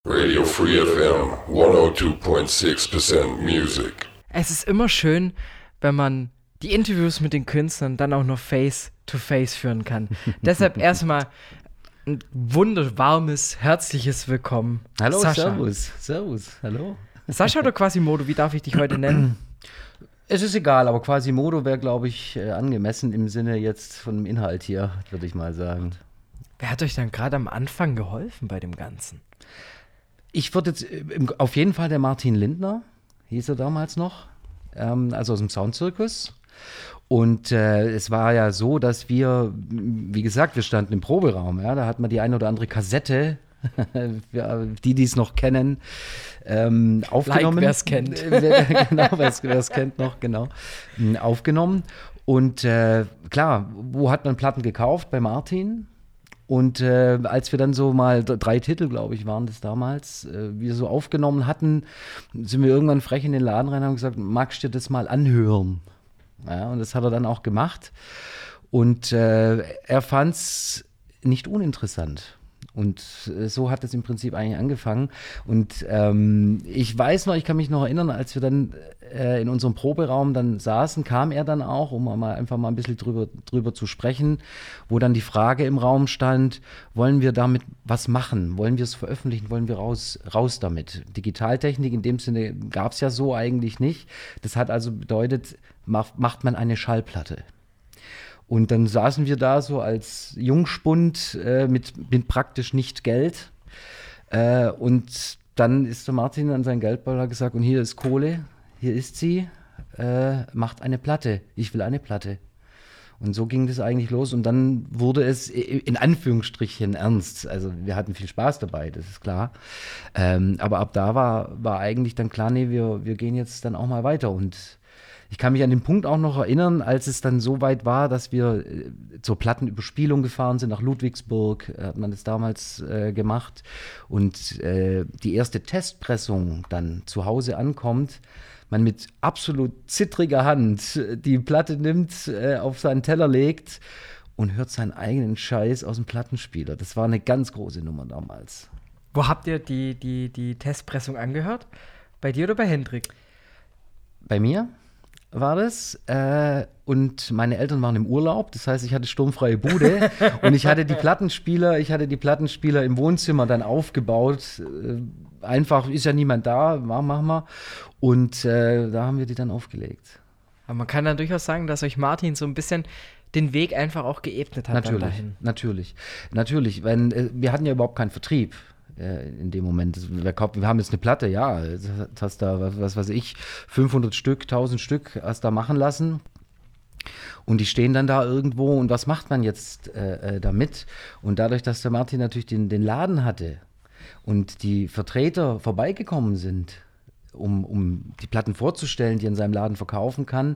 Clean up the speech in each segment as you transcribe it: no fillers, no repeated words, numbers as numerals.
Radio Free FM 102.6% Music. Es ist immer schön, wenn man die Interviews mit den Künstlern dann auch noch face-to-face führen kann. Deshalb erstmal ein wunderwarmes, herzliches Willkommen. Hallo, Sascha. Servus, hallo. Sascha oder Quasimodo, wie darf ich dich heute nennen? Es ist egal, aber Quasimodo wäre, glaube ich, angemessen im Sinne jetzt von dem Inhalt hier, würde ich mal sagen. Wer hat euch dann gerade am Anfang geholfen bei dem Ganzen? Ich würde jetzt auf jeden Fall der Martin Lindner, hieß er damals noch, also aus dem Soundzirkus. Und es war ja so, dass wir, wie gesagt, wir standen im Proberaum. Ja, da hat man die eine oder andere Kassette, die es noch kennen, aufgenommen. Wer es kennt. Genau, wer es kennt noch, genau. Aufgenommen. Und klar, wo hat man Platten gekauft? Bei Martin. Und als wir dann so mal 3 Titel, glaube ich, waren das damals, wir so aufgenommen hatten, sind wir irgendwann frech in den Laden rein und haben gesagt, magst du dir das mal anhören? Ja, und das hat er dann auch gemacht. Und er fand es nicht uninteressant. Und so hat es im Prinzip eigentlich angefangen. Und ich weiß noch, ich kann mich noch erinnern, als wir dann in unserem Proberaum dann saßen, kam er dann auch, um einfach mal ein bisschen drüber zu sprechen, wo dann die Frage im Raum stand, wollen wir damit was machen? Wollen wir es veröffentlichen? Wollen wir raus damit? Digitaltechnik in dem Sinne gab es ja so eigentlich nicht. Das hat also bedeutet, macht man eine Schallplatte. Und dann saßen wir da so als Jungspund mit praktisch nicht Geld. Und dann ist der Martin an seinen Geldbeutel gesagt, und hier ist Kohle, hier ist sie, macht eine Platte. Ich will eine Platte. Und so ging das eigentlich los. Und dann wurde es in Anführungsstrichen ernst. Also wir hatten viel Spaß dabei, das ist klar. Aber ab da war eigentlich dann klar, nee, wir gehen jetzt dann auch mal weiter. Und ich kann mich an den Punkt auch noch erinnern, als es dann so weit war, dass wir zur Plattenüberspielung gefahren sind, nach Ludwigsburg, hat man das damals gemacht. Und die erste Testpressung dann zu Hause ankommt, man mit absolut zittriger Hand die Platte nimmt, auf seinen Teller legt und hört seinen eigenen Scheiß aus dem Plattenspieler. Das war eine ganz große Nummer damals. Wo habt ihr die Testpressung angehört? Bei dir oder bei Hendrik? Bei mir war das. Und meine Eltern waren im Urlaub. Das heißt, ich hatte sturmfreie Bude. Und ich hatte die Plattenspieler im Wohnzimmer dann aufgebaut. Einfach, ist ja niemand da, machen wir. Und da haben wir die dann aufgelegt. Aber man kann dann durchaus sagen, dass euch Martin so ein bisschen den Weg einfach auch geebnet hat. Natürlich. Weil wir hatten ja überhaupt keinen Vertrieb. In dem Moment. Wir haben jetzt eine Platte, ja, hast da, was weiß ich, 500 Stück, 1000 Stück hast da machen lassen und die stehen dann da irgendwo und was macht man jetzt damit? Und dadurch, dass der Martin natürlich den Laden hatte und die Vertreter vorbeigekommen sind, um die Platten vorzustellen, die er in seinem Laden verkaufen kann,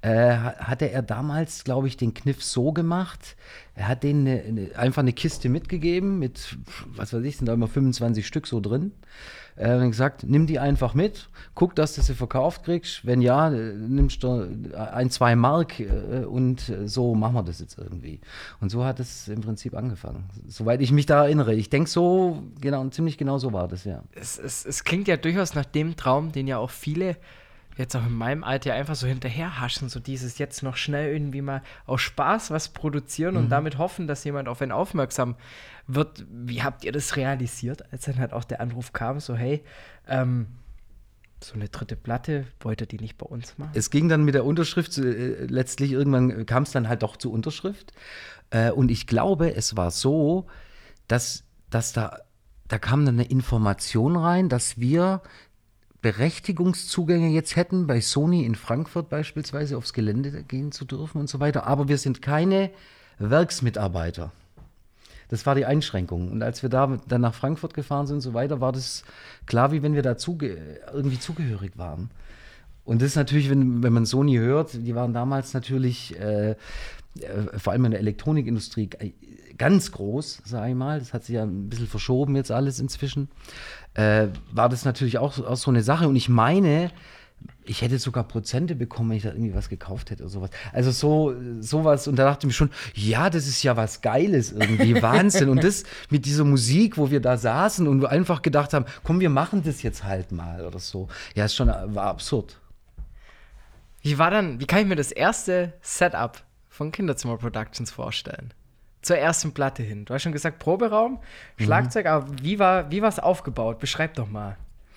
hatte er damals, glaube ich, den Kniff so gemacht, er hat denen einfach eine Kiste mitgegeben mit, was weiß ich, sind da immer 25 Stück so drin. Er hat gesagt, nimm die einfach mit, guck, dass du sie verkauft kriegst. Wenn ja, nimmst du 1-2 Mark und so machen wir das jetzt irgendwie. Und so hat es im Prinzip angefangen, soweit ich mich da erinnere. Ich denke so, ziemlich genau so war das, ja. Es klingt ja durchaus nach dem Traum, den ja auch viele jetzt auch in meinem Alter einfach so hinterherhaschen, so dieses jetzt noch schnell irgendwie mal aus Spaß was produzieren und damit hoffen, dass jemand auf einen aufmerksam wird. Wie habt ihr das realisiert, als dann halt auch der Anruf kam, so hey, so eine dritte Platte, wollt ihr die nicht bei uns machen? Es ging dann mit der Unterschrift, letztlich irgendwann kam es dann halt doch zur Unterschrift. Und ich glaube, es war so, dass da kam dann eine Information rein, dass wir Berechtigungszugänge jetzt hätten, bei Sony in Frankfurt beispielsweise aufs Gelände gehen zu dürfen und so weiter. Aber wir sind keine Werksmitarbeiter. Das war die Einschränkung. Und als wir dann nach Frankfurt gefahren sind und so weiter, war das klar, wie wenn wir da irgendwie zugehörig waren. Und das ist natürlich, wenn man Sony hört, die waren damals natürlich, vor allem in der Elektronikindustrie, ganz groß, sage ich mal. Das hat sich ja ein bisschen verschoben jetzt alles inzwischen. War das natürlich auch so eine Sache. Und ich meine, Ich hätte sogar Prozente bekommen, wenn ich da irgendwie was gekauft hätte oder sowas. Also sowas. Und da dachte ich mir schon, ja, das ist ja was Geiles irgendwie, Wahnsinn. Und das mit dieser Musik, wo wir da saßen und wir einfach gedacht haben, komm, wir machen das jetzt halt mal oder so. Ja, war absurd. Wie kann ich mir das erste Setup von Kinderzimmer Productions vorstellen? Zur ersten Platte hin. Du hast schon gesagt, Proberaum, Schlagzeug, aber wie war es aufgebaut? Beschreib doch mal.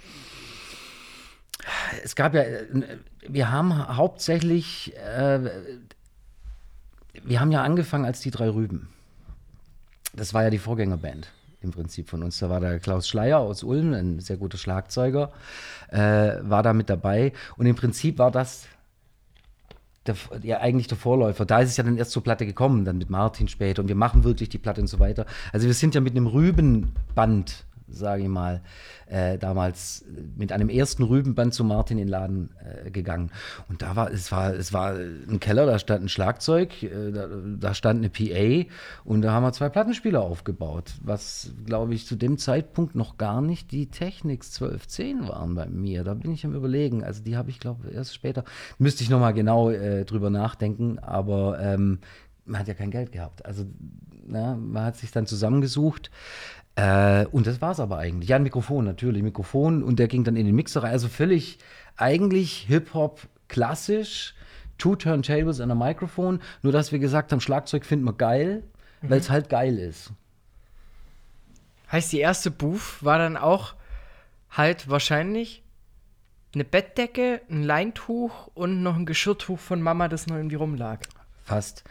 Es gab ja, wir haben hauptsächlich, wir haben ja angefangen als die 3 Rüben. Das war ja die Vorgängerband im Prinzip von uns. Da war der Klaus Schleier aus Ulm, ein sehr guter Schlagzeuger, war da mit dabei. Und im Prinzip war das eigentlich der Vorläufer. Da ist es ja dann erst zur Platte gekommen, dann mit Martin später. Und wir machen wirklich die Platte und so weiter. Also wir sind ja mit einem Rübenband, sage ich mal, damals mit einem ersten Rübenband zu Martin in den Laden gegangen. Und es war ein Keller, da stand ein Schlagzeug, da stand eine PA und da haben wir 2 Plattenspieler aufgebaut, was, glaube ich, zu dem Zeitpunkt noch gar nicht die Technics 1210 waren bei mir. Da bin ich am Überlegen. Also die habe ich, glaube ich, erst später. Müsste ich nochmal genau drüber nachdenken, aber man hat ja kein Geld gehabt. Also man hat sich dann zusammengesucht. Und das war es aber eigentlich. Ja, ein Mikrofon natürlich, und der ging dann in den Mixer rein. Also völlig eigentlich Hip-Hop klassisch, 2 Turntables und ein Mikrofon, nur dass wir gesagt haben, Schlagzeug finden wir geil, weil es halt geil ist. Heißt, die erste Booth war dann auch halt wahrscheinlich eine Bettdecke, ein Leintuch und noch ein Geschirrtuch von Mama, das noch irgendwie rumlag. Fast.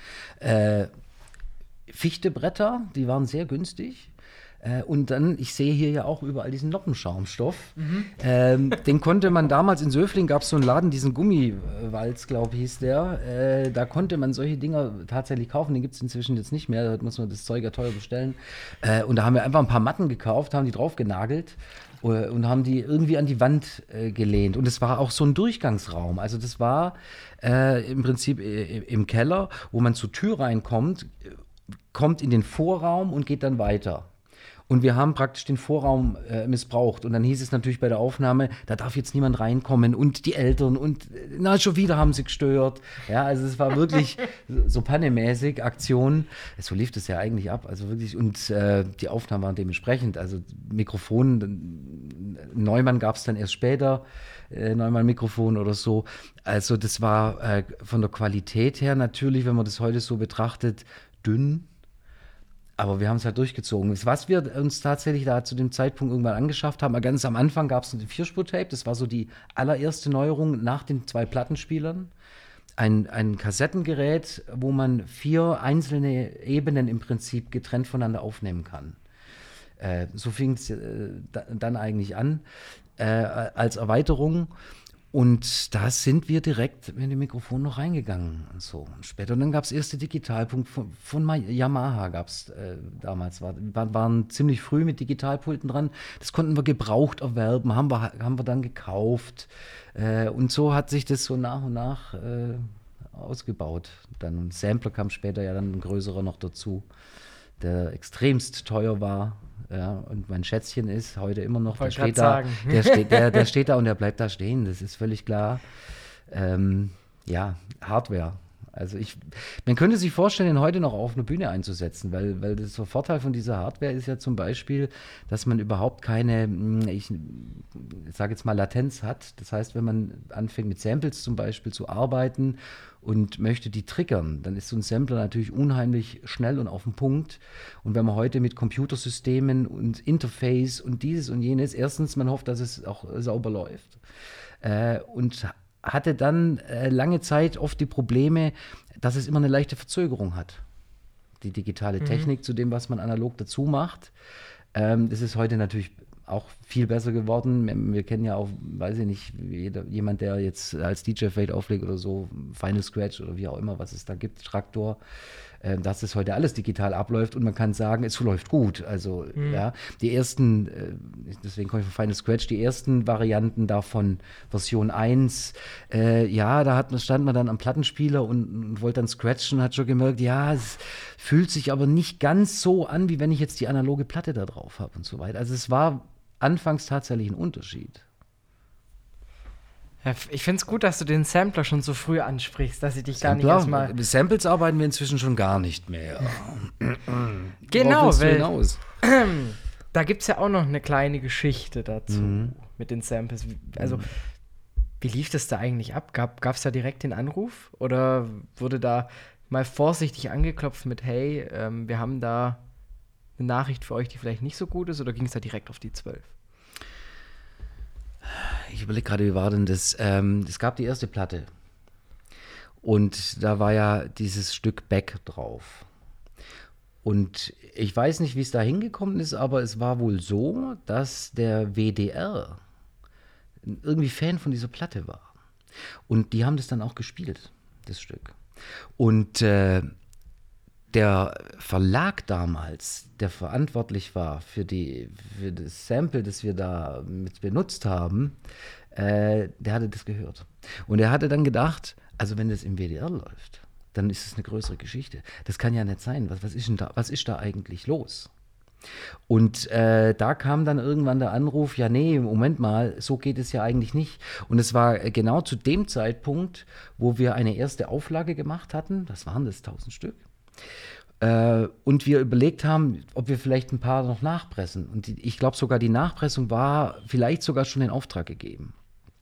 Fichtebretter, die waren sehr günstig. Und dann, ich sehe hier ja auch überall diesen Noppenschaumstoff. Den konnte man damals in Söfling, gab es so einen Laden, diesen Gummiwalz, glaube ich, hieß der. Da konnte man solche Dinger tatsächlich kaufen. Den gibt es inzwischen jetzt nicht mehr. Da muss man das Zeug ja teuer bestellen. Und da haben wir einfach ein paar Matten gekauft, haben die drauf genagelt und haben die irgendwie an die Wand gelehnt. Und es war auch so ein Durchgangsraum. Also das war im Prinzip im Keller, wo man zur Tür reinkommt, kommt in den Vorraum und geht dann weiter. Und wir haben praktisch den Vorraum missbraucht. Und dann hieß es natürlich bei der Aufnahme, da darf jetzt niemand reinkommen. Und die Eltern und schon wieder haben sie gestört. Ja, also es war wirklich so pannemäßig Aktion. So lief das ja eigentlich ab. Also wirklich, und die Aufnahmen waren dementsprechend. Also Mikrofon, Neumann gab es dann erst später. Neumann-Mikrofon oder so. Also das war von der Qualität her natürlich, wenn man das heute so betrachtet, dünn. Aber wir haben es halt durchgezogen. Was wir uns tatsächlich da zu dem Zeitpunkt irgendwann angeschafft haben, ganz am Anfang gab es ein 4-Spur-Tape, das war so die allererste Neuerung nach den 2 Plattenspielern. Ein Kassettengerät, wo man 4 einzelne Ebenen im Prinzip getrennt voneinander aufnehmen kann. So fing es dann eigentlich an als Erweiterung. Und da sind wir direkt mit dem Mikrofon noch reingegangen und so. Und später, und dann gab es erste Digitalpunkt von Yamaha gab es damals. Waren ziemlich früh mit Digitalpulten dran. Das konnten wir gebraucht erwerben, haben wir dann gekauft. Und so hat sich das so nach und nach ausgebaut. Dann ein Sampler kam später ja dann ein größerer noch dazu, der extremst teuer war. Ja, und mein Schätzchen ist heute immer noch, der steht da und der bleibt da stehen, das ist völlig klar. Ja, Hardware. Also man könnte sich vorstellen, ihn heute noch auf einer Bühne einzusetzen, weil das der Vorteil von dieser Hardware ist ja zum Beispiel, dass man überhaupt keine, ich sage jetzt mal, Latenz hat. Das heißt, wenn man anfängt mit Samples zum Beispiel zu arbeiten und möchte die triggern, dann ist so ein Sampler natürlich unheimlich schnell und auf den Punkt. Und wenn man heute mit Computersystemen und Interface und dieses und jenes, erstens, man hofft, dass es auch sauber läuft. Und hatte dann lange Zeit oft die Probleme, dass es immer eine leichte Verzögerung hat. Die digitale Technik zu dem, was man analog dazu macht. Das ist heute natürlich auch viel besser geworden. Wir kennen ja auch, weiß ich nicht, jemand, der jetzt als DJ Fade auflegt oder so, Final Scratch oder wie auch immer, was es da gibt, Traktor, dass das heute alles digital abläuft und man kann sagen, es läuft gut. Also ja, die ersten, deswegen komme ich von Final Scratch, die ersten Varianten davon, Version 1, ja, da stand man dann am Plattenspieler und wollte dann scratchen, hat schon gemerkt, ja, es fühlt sich aber nicht ganz so an, wie wenn ich jetzt die analoge Platte da drauf habe und so weiter. Also es war anfangs tatsächlich ein Unterschied. Ja, ich finde es gut, dass du den Sampler schon so früh ansprichst, dass ich dich gar nicht Sampler? erstmal. Mit Samples arbeiten wir inzwischen schon gar nicht mehr. Genau, Worauf willst du weil hinaus? da gibt es ja auch noch eine kleine Geschichte dazu mit den Samples. Also, wie lief das da eigentlich ab? Gab es da direkt den Anruf? Oder wurde da mal vorsichtig angeklopft mit, hey, wir haben da eine Nachricht für euch, die vielleicht nicht so gut ist? Oder ging es da direkt auf die 12? Ich überlege gerade, wie war denn das? Es gab die erste Platte. Und da war ja dieses Stück Back drauf. Und ich weiß nicht, wie es da hingekommen ist, aber es war wohl so, dass der WDR irgendwie Fan von dieser Platte war. Und die haben das dann auch gespielt, das Stück. Und der Verlag damals, der verantwortlich war für das Sample, das wir da mit benutzt haben, der hatte das gehört. Und er hatte dann gedacht, also wenn das im WDR läuft, dann ist es eine größere Geschichte. Das kann ja nicht sein. Was ist da eigentlich los? Und da kam dann irgendwann der Anruf, ja nee, Moment mal, so geht es ja eigentlich nicht. Und es war genau zu dem Zeitpunkt, wo wir eine erste Auflage gemacht hatten, das waren das 1000 Stück, und wir überlegt haben, ob wir vielleicht ein paar noch nachpressen. Und ich glaube sogar, die Nachpressung war vielleicht sogar schon in Auftrag gegeben.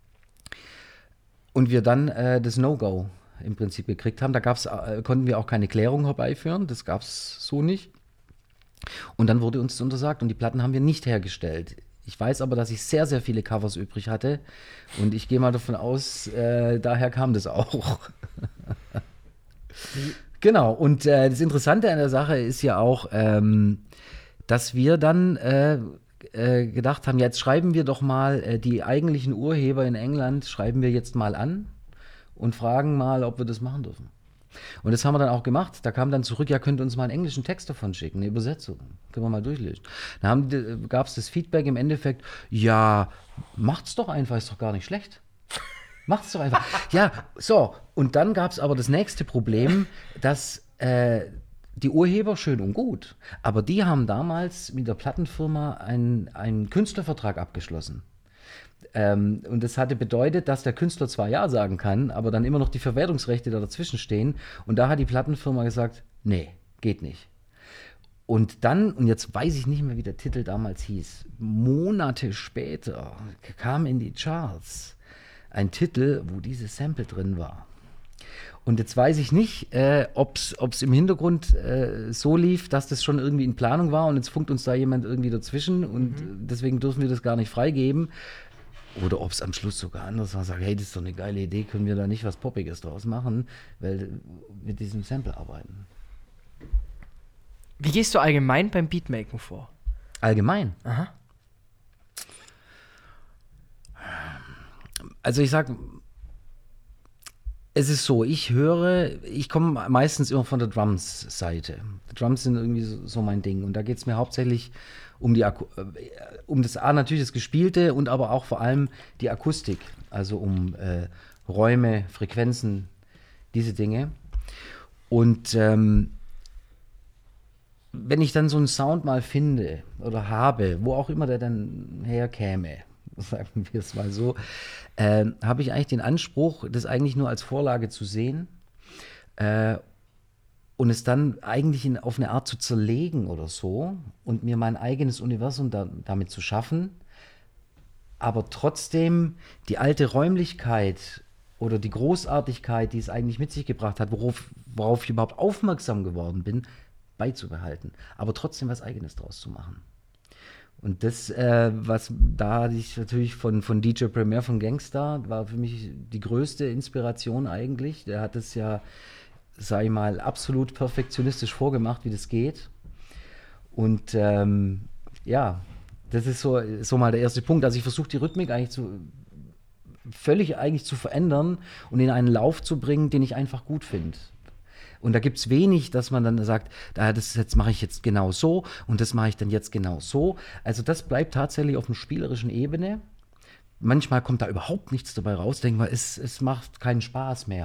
Und wir dann das No-Go im Prinzip gekriegt haben. Da konnten wir auch keine Klärung herbeiführen, das gab es so nicht. Und dann wurde uns das untersagt und die Platten haben wir nicht hergestellt. Ich weiß aber, dass ich sehr, sehr viele Covers übrig hatte und ich gehe mal davon aus, daher kam das auch. Genau, und das Interessante an der Sache ist ja auch, dass wir dann gedacht haben, jetzt schreiben wir doch mal die eigentlichen Urheber in England, schreiben wir jetzt mal an und fragen mal, ob wir das machen dürfen. Und das haben wir dann auch gemacht. Da kam dann zurück, ja, könnt ihr uns mal einen englischen Text davon schicken, eine Übersetzung. Können wir mal durchlesen. Dann gab es das Feedback im Endeffekt, ja, macht's doch einfach, ist doch gar nicht schlecht. Macht's doch einfach. Ja, so. Und dann gab es aber das nächste Problem, dass die Urheber, schön und gut, aber die haben damals mit der Plattenfirma einen Künstlervertrag abgeschlossen. Und das hatte bedeutet, dass der Künstler zwar Ja sagen kann, aber dann immer noch die Verwertungsrechte da dazwischen stehen. Und da hat die Plattenfirma gesagt, nee, geht nicht. Und dann, und jetzt weiß ich nicht mehr, wie der Titel damals hieß, Monate später kam in die Charts ein Titel, wo dieses Sample drin war. Und jetzt weiß ich nicht, ob es im Hintergrund so lief, dass das schon irgendwie in Planung war und jetzt funkt uns da jemand irgendwie dazwischen und deswegen dürfen wir das gar nicht freigeben. Oder ob es am Schluss sogar anders war, sagt, hey, das ist doch eine geile Idee, können wir da nicht was Poppiges draus machen, weil mit diesem Sample arbeiten. Wie gehst du allgemein beim Beatmaken vor? Allgemein? Aha. Also ich sag, es ist so, ich komme meistens immer von der Drums-Seite. Die Drums sind irgendwie so mein Ding und da geht es mir hauptsächlich um natürlich das Gespielte und aber auch vor allem die Akustik, also um Räume, Frequenzen, diese Dinge. Und wenn ich dann so einen Sound mal finde oder habe, wo auch immer der dann herkäme, sagen wir es mal so, habe ich eigentlich den Anspruch, das eigentlich nur als Vorlage zu sehen und es dann eigentlich auf eine Art zu zerlegen oder so und mir mein eigenes Universum damit zu schaffen, aber trotzdem die alte Räumlichkeit oder die Großartigkeit, die es eigentlich mit sich gebracht hat, worauf ich überhaupt aufmerksam geworden bin, beizubehalten, aber trotzdem was Eigenes draus zu machen. Und das, da hatte ich natürlich von DJ Premier von Gangstar, war für mich die größte Inspiration eigentlich. Der hat es ja, sag ich mal, absolut perfektionistisch vorgemacht, wie das geht. Und ja, das ist so mal der erste Punkt. Also ich versuche die Rhythmik eigentlich völlig zu verändern und in einen Lauf zu bringen, den ich einfach gut finde. Und da gibt es wenig, dass man dann sagt, das mache ich jetzt genau so und das mache ich dann jetzt genau so. Also das bleibt tatsächlich auf einer spielerischen Ebene. Manchmal kommt da überhaupt nichts dabei raus. Denke mal, es macht keinen Spaß mehr.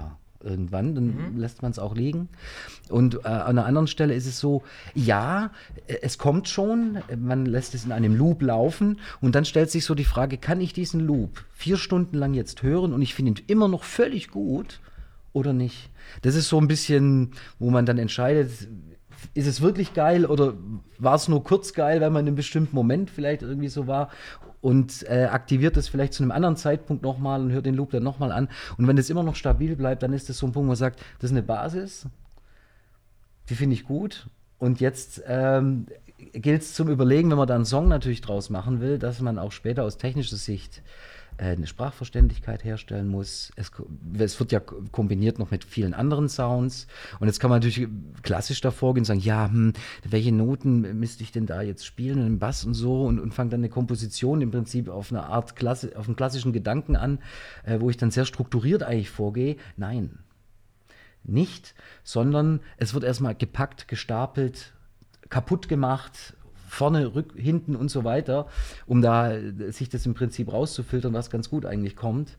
irgendwann, dann lässt man es auch liegen. Und an einer anderen Stelle ist es so, ja, es kommt schon, man lässt es in einem Loop laufen und dann stellt sich so die Frage, kann ich diesen Loop 4 Stunden lang jetzt hören und ich finde ihn immer noch völlig gut oder nicht? Das ist so ein bisschen, wo man dann entscheidet, ist es wirklich geil oder war es nur kurz geil, weil man in einem bestimmten Moment vielleicht irgendwie so war und aktiviert das vielleicht zu einem anderen Zeitpunkt nochmal und hört den Loop dann nochmal an. Und wenn das immer noch stabil bleibt, dann ist das so ein Punkt, wo man sagt, das ist eine Basis, die finde ich gut. Und jetzt gilt es zum Überlegen, wenn man da einen Song natürlich draus machen will, dass man auch später aus technischer Sicht eine Sprachverständlichkeit herstellen muss. Es wird ja kombiniert noch mit vielen anderen Sounds. Und jetzt kann man natürlich klassisch davor gehen und sagen, ja, welche Noten müsste ich denn da jetzt spielen und im Bass und so und fange dann eine Komposition im Prinzip auf eine Art auf einen klassischen Gedanken an, wo ich dann sehr strukturiert eigentlich vorgehe. Nein, nicht, sondern es wird erstmal gepackt, gestapelt, kaputt gemacht, vorne, hinten und so weiter, um da sich das im Prinzip rauszufiltern, was ganz gut eigentlich kommt.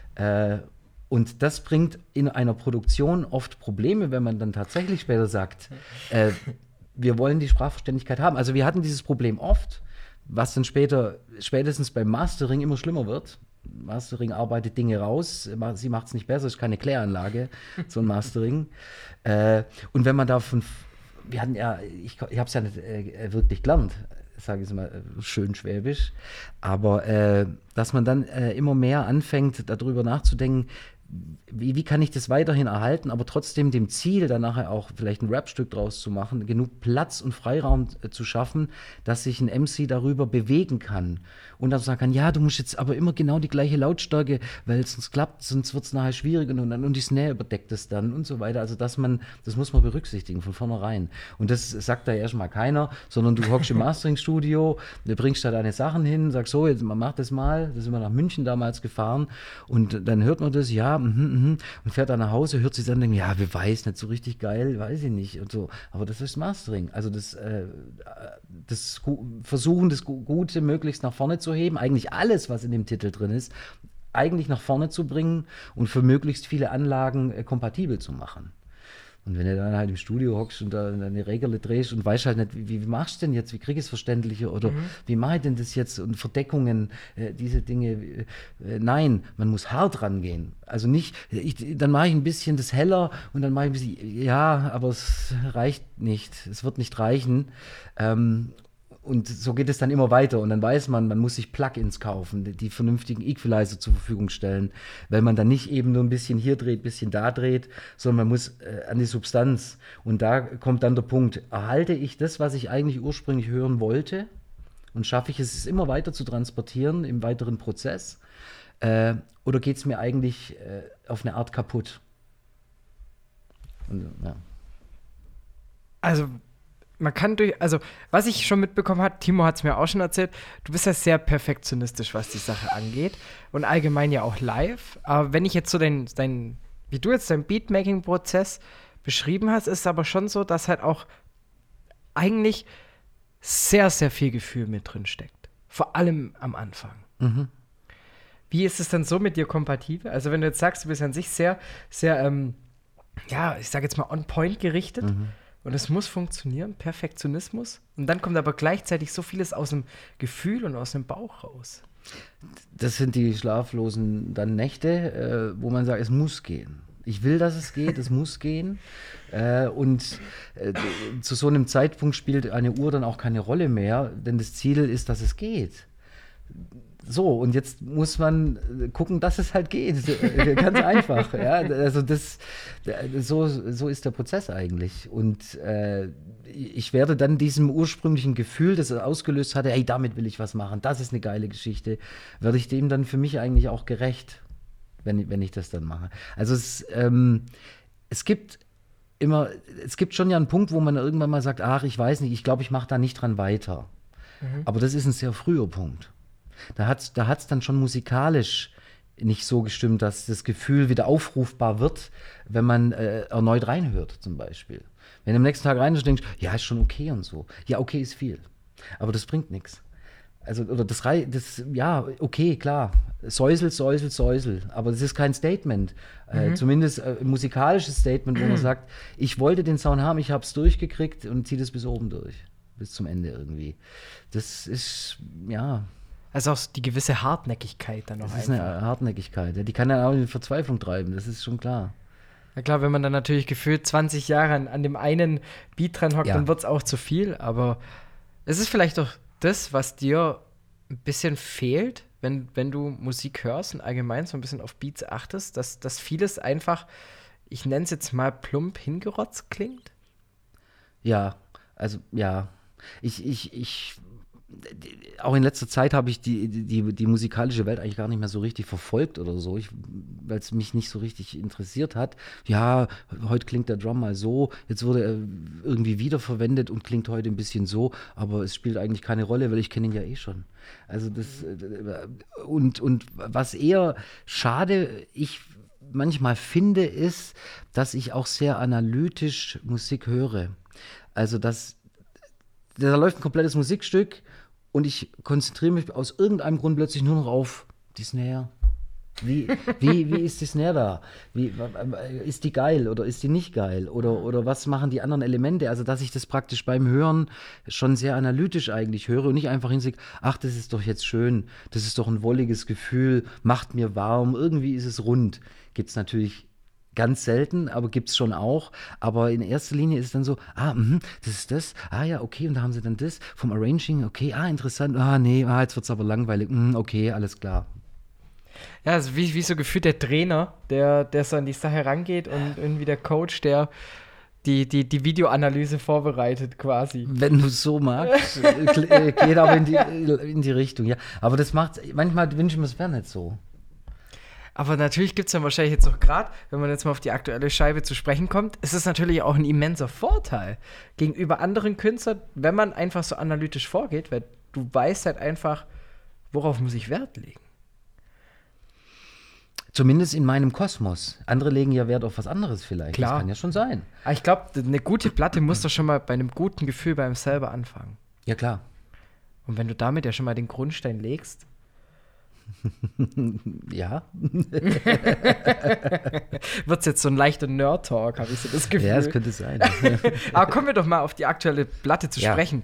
Und das bringt in einer Produktion oft Probleme, wenn man dann tatsächlich später sagt, wir wollen die Sprachverständlichkeit haben. Also wir hatten dieses Problem oft, was dann später, spätestens beim Mastering immer schlimmer wird. Mastering arbeitet Dinge raus, sie macht es nicht besser, ist keine Kläranlage, so ein Mastering. Und wenn man davon wir hatten ja, ich habe es ja nicht wirklich gelernt, sage ich es mal schön schwäbisch, aber dass man dann immer mehr anfängt, darüber nachzudenken, wie kann ich das weiterhin erhalten, aber trotzdem dem Ziel, dann nachher auch vielleicht ein Rapstück draus zu machen, genug Platz und Freiraum zu schaffen, dass sich ein MC darüber bewegen kann und dann sagen kann, ja, du musst jetzt aber immer genau die gleiche Lautstärke, weil sonst klappt, sonst wird es nachher schwierig und die Snare überdeckt es dann und so weiter. Also das muss man berücksichtigen von vornherein. Und das sagt da erstmal keiner, sondern du hockst im Mastering-Studio, du bringst da deine Sachen hin, sagst so, jetzt man macht das mal, da sind wir nach München damals gefahren und dann hört man das, ja, und fährt dann nach Hause, hört sich dann denken, ja, wer weiß, nicht so richtig geil, weiß ich nicht und so. Aber das ist Mastering. Also das Versuchen, das Gute möglichst nach vorne zu heben, eigentlich alles, was in dem Titel drin ist, eigentlich nach vorne zu bringen und für möglichst viele Anlagen kompatibel zu machen. Und wenn du dann halt im Studio hockst und da eine Regele drehst und weißt halt nicht, wie machst du denn jetzt, wie krieg ich es verständlicher oder wie mache ich denn das jetzt und Verdeckungen, diese Dinge. Nein, man muss hart rangehen. Also nicht, dann mache ich ein bisschen das heller und dann mache ich ein bisschen, ja, aber es reicht nicht, es wird nicht reichen. Und so geht es dann immer weiter und dann weiß man muss sich Plugins kaufen, die vernünftigen Equalizer zur Verfügung stellen, weil man dann nicht eben nur ein bisschen hier dreht, ein bisschen da dreht, sondern man muss an die Substanz. Und da kommt dann der Punkt, erhalte ich das, was ich eigentlich ursprünglich hören wollte und schaffe ich es immer weiter zu transportieren im weiteren Prozess oder geht es mir eigentlich auf eine Art kaputt? Und, ja. Also man kann was ich schon mitbekommen habe, Timo hat es mir auch schon erzählt, du bist ja sehr perfektionistisch, was die Sache angeht und allgemein ja auch live. Aber wenn ich jetzt so wie du jetzt deinen Beatmaking-Prozess beschrieben hast, ist es aber schon so, dass halt auch eigentlich sehr, sehr viel Gefühl mit drin steckt. Vor allem am Anfang. Mhm. Wie ist es dann so mit dir kompatibel? Also wenn du jetzt sagst, du bist an sich sehr, sehr, ich sage jetzt mal on point gerichtet, und es muss funktionieren, Perfektionismus. Und dann kommt aber gleichzeitig so vieles aus dem Gefühl und aus dem Bauch raus. Das sind die schlaflosen dann Nächte, wo man sagt, es muss gehen. Ich will, dass es geht, es muss gehen. Zu so einem Zeitpunkt spielt eine Uhr dann auch keine Rolle mehr, denn das Ziel ist, dass es geht. So, und jetzt muss man gucken, dass es halt geht. Ganz einfach. Ja? Also so ist der Prozess eigentlich. Und ich werde dann diesem ursprünglichen Gefühl, das er ausgelöst hatte, hey, damit will ich was machen, das ist eine geile Geschichte, werde ich dem dann für mich eigentlich auch gerecht, wenn ich das dann mache. Also es gibt schon ja einen Punkt, wo man irgendwann mal sagt, ach, ich weiß nicht, ich glaube, ich mache da nicht dran weiter. Aber das ist ein sehr früher Punkt. Da hat's dann schon musikalisch nicht so gestimmt, dass das Gefühl wieder aufrufbar wird, wenn man erneut reinhört zum Beispiel. Wenn du am nächsten Tag reinhörst und denkst, ja, ist schon okay und so. Ja, okay ist viel, aber das bringt nichts. Also, oder ja, okay, klar, Säusel, Säusel, Säusel. Aber das ist kein Statement. Zumindest ein musikalisches Statement, wo man sagt, ich wollte den Sound haben, ich habe es durchgekriegt und ziehe das bis oben durch. Bis zum Ende irgendwie. Das ist, ja. Also auch die gewisse Hartnäckigkeit dann noch Das ist eine Hartnäckigkeit. Ja, die kann dann auch in Verzweiflung treiben, das ist schon klar. Ja klar, wenn man dann natürlich gefühlt 20 Jahre an dem einen Beat dran hockt, Ja. dann wird es auch zu viel. Aber es ist vielleicht doch das, was dir ein bisschen fehlt, wenn du Musik hörst und allgemein so ein bisschen auf Beats achtest, dass vieles einfach, ich nenne es jetzt mal plump hingerotzt klingt. Ja, also ja. Auch in letzter Zeit habe ich die musikalische Welt eigentlich gar nicht mehr so richtig verfolgt oder so, weil es mich nicht so richtig interessiert hat. Ja, heute klingt der Drum mal so, jetzt wurde er irgendwie wiederverwendet und klingt heute ein bisschen so, aber es spielt eigentlich keine Rolle, weil ich kenne ihn ja eh schon. Also das und was eher schade ich manchmal finde, ist, dass ich auch sehr analytisch Musik höre. Also da läuft ein komplettes Musikstück und ich konzentriere mich aus irgendeinem Grund plötzlich nur noch auf die Snare. Wie ist die Snare da? Ist die geil oder ist die nicht geil? Oder was machen die anderen Elemente? Also, dass ich das praktisch beim Hören schon sehr analytisch eigentlich höre und nicht einfach hinsehe, ach, das ist doch jetzt schön, das ist doch ein wolliges Gefühl, macht mir warm, irgendwie ist es rund. Gibt es natürlich ganz selten, aber gibt es schon auch. Aber in erster Linie ist es dann so, das ist das, ja, okay, und da haben sie dann das vom Arranging, okay, interessant, nee, jetzt wird es aber langweilig, okay, alles klar. Ja, also wie so gefühlt der Trainer, der so an die Sache rangeht und irgendwie der Coach, der die Videoanalyse vorbereitet quasi. Wenn du es so magst, geht aber in die Richtung, ja. Aber das macht, manchmal wünsche ich mir, es wäre nicht so. Aber natürlich gibt es dann wahrscheinlich jetzt auch gerade, wenn man jetzt mal auf die aktuelle Scheibe zu sprechen kommt, ist es natürlich auch ein immenser Vorteil gegenüber anderen Künstlern, wenn man einfach so analytisch vorgeht, weil du weißt halt einfach, worauf muss ich Wert legen. Zumindest in meinem Kosmos. Andere legen ja Wert auf was anderes vielleicht. Klar. Das kann ja schon sein. Aber ich glaube, eine gute Platte muss doch schon mal bei einem guten Gefühl bei einem selber anfangen. Ja, klar. Und wenn du damit ja schon mal den Grundstein legst, ja. wird es jetzt so ein leichter Nerd-Talk, habe ich so das Gefühl. Ja, das könnte sein. Aber kommen wir doch mal auf die aktuelle Platte zu sprechen.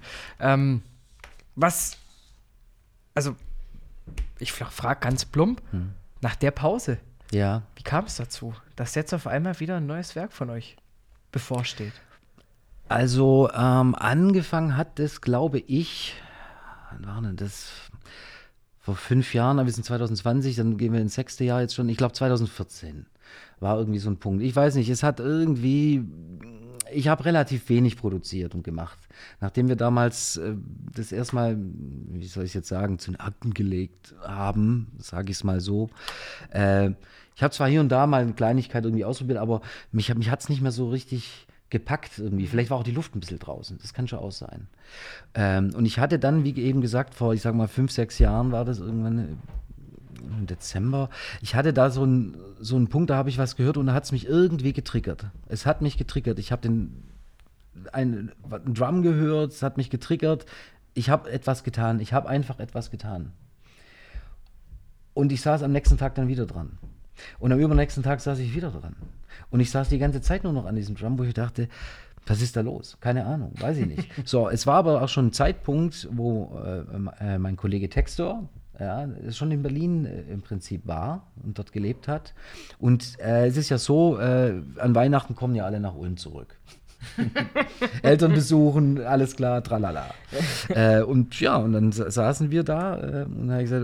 Also, ich frage ganz plump, nach der Pause, Ja. wie kam es dazu, dass jetzt auf einmal wieder ein neues Werk von euch bevorsteht? Also, angefangen hat das, glaube ich, wann war denn das? Vor 5 Jahren, wir sind 2020, dann gehen wir ins 6. Jahr jetzt schon. Ich glaube 2014 war irgendwie so ein Punkt. Ich weiß nicht, es hat irgendwie, ich habe relativ wenig produziert und gemacht. Nachdem wir damals das erstmal, wie soll ich jetzt sagen, zu den Akten gelegt haben, sage ich es mal so. Ich habe zwar hier und da mal eine Kleinigkeit irgendwie ausprobiert, aber mich hat es nicht mehr so richtig gepackt irgendwie. Vielleicht war auch die Luft ein bisschen draußen. Das kann schon auch sein. Und ich hatte dann, wie eben gesagt, vor, ich sag mal, 5, 6 Jahren war das irgendwann im Dezember. Ich hatte da so einen Punkt, da habe ich was gehört und da hat es mich irgendwie getriggert. Es hat mich getriggert. Ich habe einen Drum gehört, es hat mich getriggert. Ich habe etwas getan. Ich habe einfach etwas getan. Und ich saß am nächsten Tag dann wieder dran. Und am übernächsten Tag saß ich wieder dran. Und ich saß die ganze Zeit nur noch an diesem Drum, wo ich dachte, was ist da los? Keine Ahnung, weiß ich nicht. So, es war aber auch schon ein Zeitpunkt, wo mein Kollege Textor, ja, schon in Berlin im Prinzip war und dort gelebt hat. Und es ist ja so, an Weihnachten kommen ja alle nach Ulm zurück. Eltern besuchen, alles klar, tralala. Und ja, und dann saßen wir da und dann habe ich gesagt,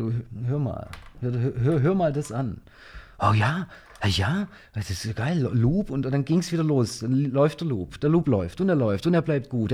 hör mal das an. Oh ja, das ist geil, Loop, und dann ging es wieder los, dann läuft der Loop läuft und er läuft und er bleibt gut,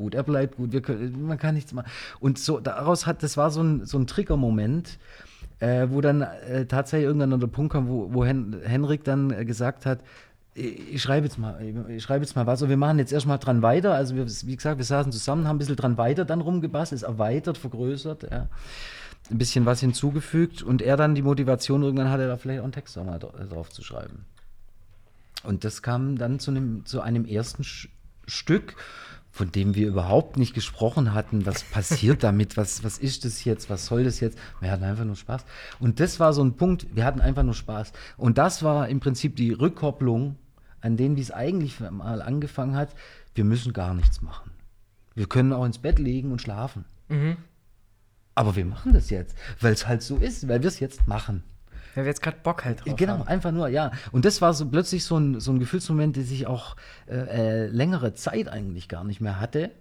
man kann nichts machen. Und so, das war so ein Triggermoment, wo dann tatsächlich irgendwann an der Punkt kam, wo Henrik dann gesagt hat, ich schreibe jetzt mal was und wir machen jetzt erstmal dran weiter. Also wie gesagt, wir saßen zusammen, haben ein bisschen dran weiter dann rumgebastelt, ist erweitert, vergrößert, ja. Ein bisschen was hinzugefügt und er dann die Motivation, irgendwann hatte, da vielleicht auch einen Text mal drauf zu schreiben. Und das kam dann zu einem ersten Stück, von dem wir überhaupt nicht gesprochen hatten, was passiert damit, was ist das jetzt, was soll das jetzt? Wir hatten einfach nur Spaß. Und das war so ein Punkt, wir hatten einfach nur Spaß. Und das war im Prinzip die Rückkopplung an den, wie es eigentlich mal angefangen hat, wir müssen gar nichts machen. Wir können auch ins Bett liegen und schlafen. Aber wir machen das jetzt, weil es halt so ist, weil wir es jetzt machen. Weil wir jetzt gerade Bock halt drauf Genau, haben. einfach nur, ja. Und das war so plötzlich so ein Gefühlsmoment, den ich auch längere Zeit eigentlich gar nicht mehr hatte.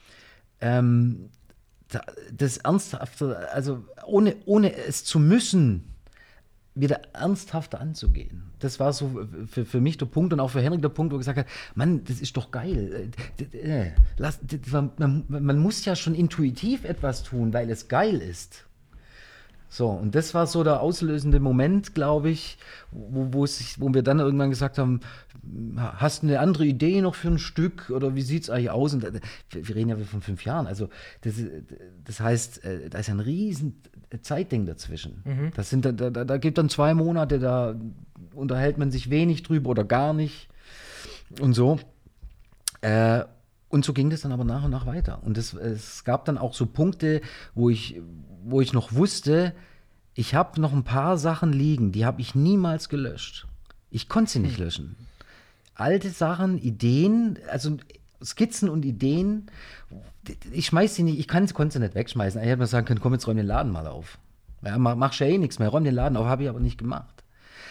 Das Ernsthafte, also ohne es zu müssen, wieder ernsthafter anzugehen. Das war so für mich der Punkt und auch für Henrik der Punkt, wo er gesagt hat, Mann, das ist doch geil. Man muss ja schon intuitiv etwas tun, weil es geil ist. So, und das war so der auslösende Moment, glaube ich, wo wir dann irgendwann gesagt haben, hast du eine andere Idee noch für ein Stück oder wie sieht es eigentlich aus? Und wir reden ja von 5 Jahren, also das heißt, da ist ein riesen Zeitding dazwischen. Das sind, da gibt dann 2 Monate, da unterhält man sich wenig drüber oder gar nicht und so. Und so ging das dann aber nach und nach weiter. Und es gab dann auch so Punkte, wo ich noch wusste, ich habe noch ein paar Sachen liegen, die habe ich niemals gelöscht. Ich konnte sie nicht löschen. Alte Sachen, Ideen, also Skizzen und Ideen, ich schmeiß sie nicht, konnte sie nicht wegschmeißen. Ich hätte mir sagen können, komm, jetzt räum den Laden mal auf. Ja, mach ja eh nichts mehr, räum den Laden auf, habe ich aber nicht gemacht.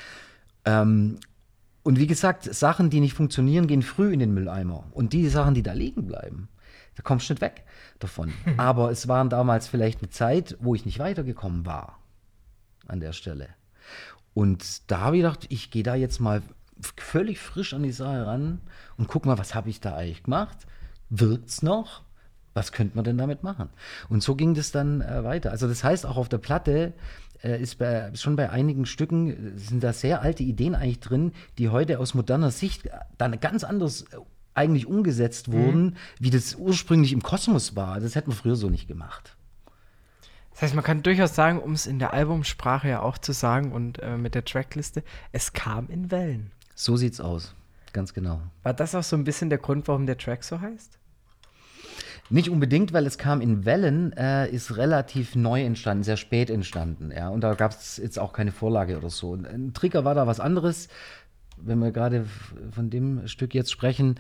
Und wie gesagt, Sachen, die nicht funktionieren, gehen früh in den Mülleimer. Und die Sachen, die da liegen bleiben, da kommst du nicht weg davon. Aber es waren damals vielleicht eine Zeit, wo ich nicht weitergekommen war an der Stelle. Und da habe ich gedacht, ich gehe da jetzt mal völlig frisch an die Sache ran und guck mal, was habe ich da eigentlich gemacht? Wirkt's noch? Was könnte man denn damit machen? Und so ging das dann weiter. Also das heißt, auch auf der Platte schon bei einigen Stücken sind da sehr alte Ideen eigentlich drin, die heute aus moderner Sicht dann ganz anders eigentlich umgesetzt wurden, wie das ursprünglich im Kosmos war. Das hätten wir früher so nicht gemacht. Das heißt, man kann durchaus sagen, um es in der Albumsprache ja auch zu sagen und mit der Trackliste, es kam in Wellen. So sieht's aus, ganz genau. War das auch so ein bisschen der Grund, warum der Track so heißt? Nicht unbedingt, weil es kam in Wellen, ist relativ neu entstanden, sehr spät entstanden. Ja? Und da gab es jetzt auch keine Vorlage oder so. Ein Trigger war da was anderes, wenn wir gerade von dem Stück jetzt sprechen.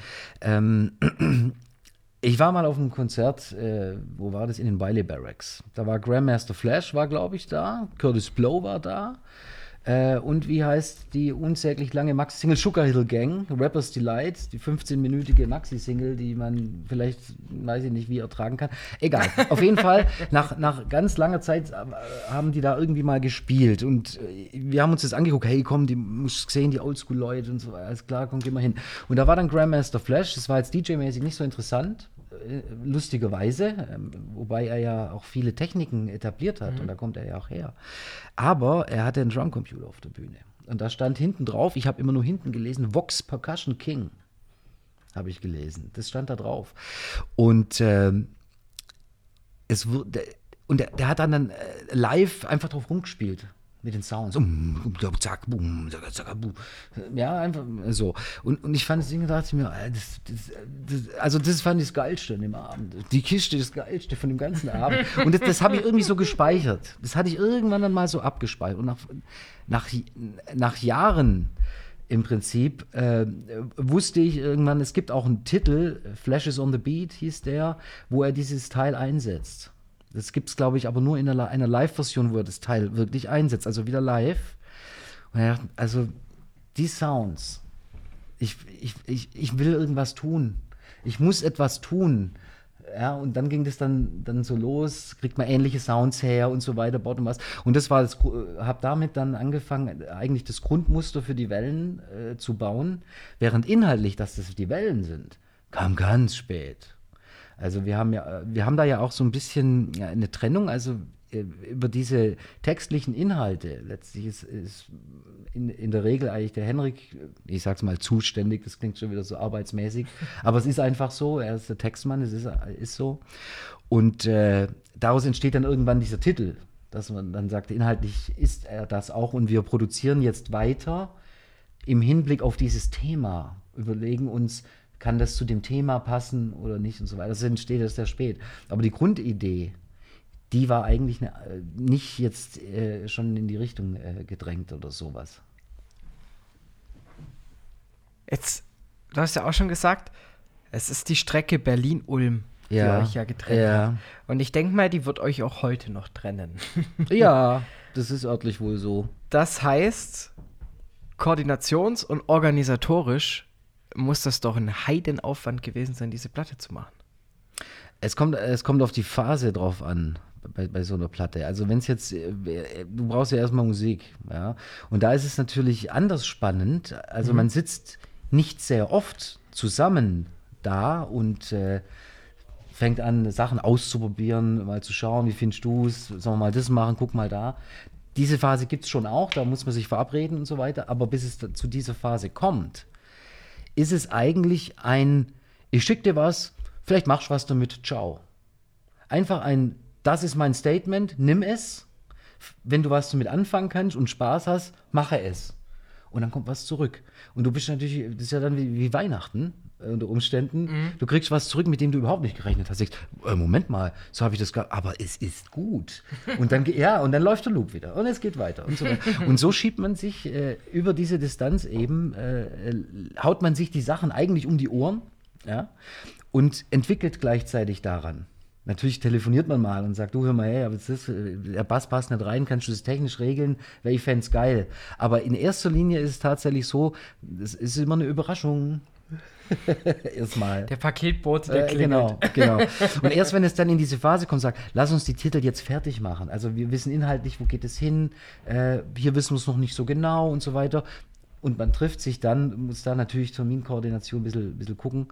Ich war mal auf einem Konzert, wo war das? In den Wiley Barracks. Da war Grandmaster Flash, war glaube ich da, Curtis Blow war da. Und wie heißt die unsäglich lange Maxi-Single Sugar Hill Gang, Rapper's Delight, die 15-minütige Maxi-Single, die man vielleicht, weiß ich nicht, wie ertragen kann. Egal, auf jeden Fall, nach ganz langer Zeit haben die da irgendwie mal gespielt und wir haben uns das angeguckt, hey komm, die musst sehen, die Oldschool-Leute und so, alles klar, komm, geh mal hin. Und da war dann Grandmaster Flash, das war jetzt DJ-mäßig nicht so interessant, lustigerweise, wobei er ja auch viele Techniken etabliert hat und da kommt er ja auch her. Aber er hatte einen Drumcomputer auf der Bühne und da stand hinten drauf, ich habe immer nur hinten gelesen, Vox Percussion King, habe ich gelesen. Das stand da drauf. Und der hat dann live einfach drauf rumgespielt. Mit den Sounds. Zack, boom, zack, boom. Ja, einfach so. Und ich fand das Ding, da dachte ich mir, das fand ich das Geilste an dem Abend. Die Kiste ist das Geilste von dem ganzen Abend. Und das habe ich irgendwie so gespeichert. Das hatte ich irgendwann dann mal so abgespeichert. Und nach Jahren im Prinzip wusste ich irgendwann, es gibt auch einen Titel, Flashes on the Beat hieß der, wo er dieses Teil einsetzt. Das gibt es, glaube ich, aber nur in einer Live-Version, wo er das Teil wirklich einsetzt, also wieder live. Und er dachte, also die Sounds, ich will irgendwas tun. Ich muss etwas tun. Ja, und dann ging das dann so los, kriegt man ähnliche Sounds her und so weiter, baut und was. Und das war habe damit dann angefangen, eigentlich das Grundmuster für die Wellen zu bauen, während inhaltlich, dass das die Wellen sind, kam ganz spät. Also wir haben da ja auch so ein bisschen eine Trennung, also über diese textlichen Inhalte. Letztlich ist in der Regel eigentlich der Henrik, ich sag's mal zuständig, das klingt schon wieder so arbeitsmäßig, aber es ist einfach so, er ist der Textmann, es ist so. Und daraus entsteht dann irgendwann dieser Titel, dass man dann sagt, inhaltlich ist er das auch und wir produzieren jetzt weiter im Hinblick auf dieses Thema, überlegen uns, kann das zu dem Thema passen oder nicht und so weiter. Das entsteht erst sehr spät. Aber die Grundidee, die war eigentlich nicht jetzt schon in die Richtung gedrängt oder sowas. Jetzt, du hast ja auch schon gesagt, es ist die Strecke Berlin-Ulm, die euch ja getrennt hat. Und ich denke mal, die wird euch auch heute noch trennen. Ja, das ist örtlich wohl so. Das heißt, koordinations- und organisatorisch muss das doch ein Heidenaufwand gewesen sein, diese Platte zu machen. Es kommt auf die Phase drauf an. Bei so einer Platte. Also wenn es jetzt, du brauchst ja erstmal Musik, ja. Und da ist es natürlich anders spannend. Also man sitzt nicht sehr oft zusammen da und fängt an, Sachen auszuprobieren, mal zu schauen, wie findest du es, sollen wir mal das machen, guck mal da. Diese Phase gibt es schon auch, da muss man sich verabreden und so weiter, aber bis es zu dieser Phase kommt, ist es eigentlich ich schicke dir was, vielleicht machst du was damit, ciao. Einfach das ist mein Statement, nimm es. Wenn du was damit anfangen kannst und Spaß hast, mache es. Und dann kommt was zurück. Und du bist natürlich, das ist ja dann wie Weihnachten unter Umständen. Du kriegst was zurück, mit dem du überhaupt nicht gerechnet hast. Sagst, Moment mal, so habe ich das gar, aber es ist gut. Und dann, und dann läuft der Loop wieder und es geht weiter und so weiter. Und so schiebt man sich über diese Distanz eben, haut man sich die Sachen eigentlich um die Ohren, ja, und entwickelt gleichzeitig daran. Natürlich telefoniert man mal und sagt, du hör mal her, aber der Bass passt nicht rein, kannst du das technisch regeln? Wäre ich fänd's geil. Aber in erster Linie ist es tatsächlich so, es ist immer eine Überraschung. Erstmal. Der Paketbote, der klingelt. Genau. Und erst wenn es dann in diese Phase kommt, sagt, lass uns die Titel jetzt fertig machen. Also wir wissen inhaltlich, wo geht es hin, hier wissen wir es noch nicht so genau und so weiter. Und man trifft sich dann, muss da natürlich Terminkoordination ein bisschen gucken.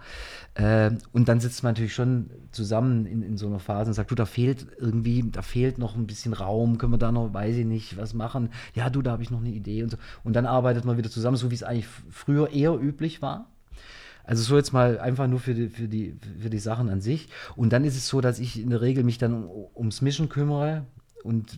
Und dann sitzt man natürlich schon zusammen in so einer Phase und sagt, du, da fehlt noch ein bisschen Raum, können wir da noch, weiß ich nicht, was machen? Ja, du, da habe ich noch eine Idee und so. Und dann arbeitet man wieder zusammen, so wie es eigentlich früher eher üblich war. Also so jetzt mal einfach nur für die Sachen an sich. Und dann ist es so, dass ich in der Regel mich dann ums Mischen kümmere und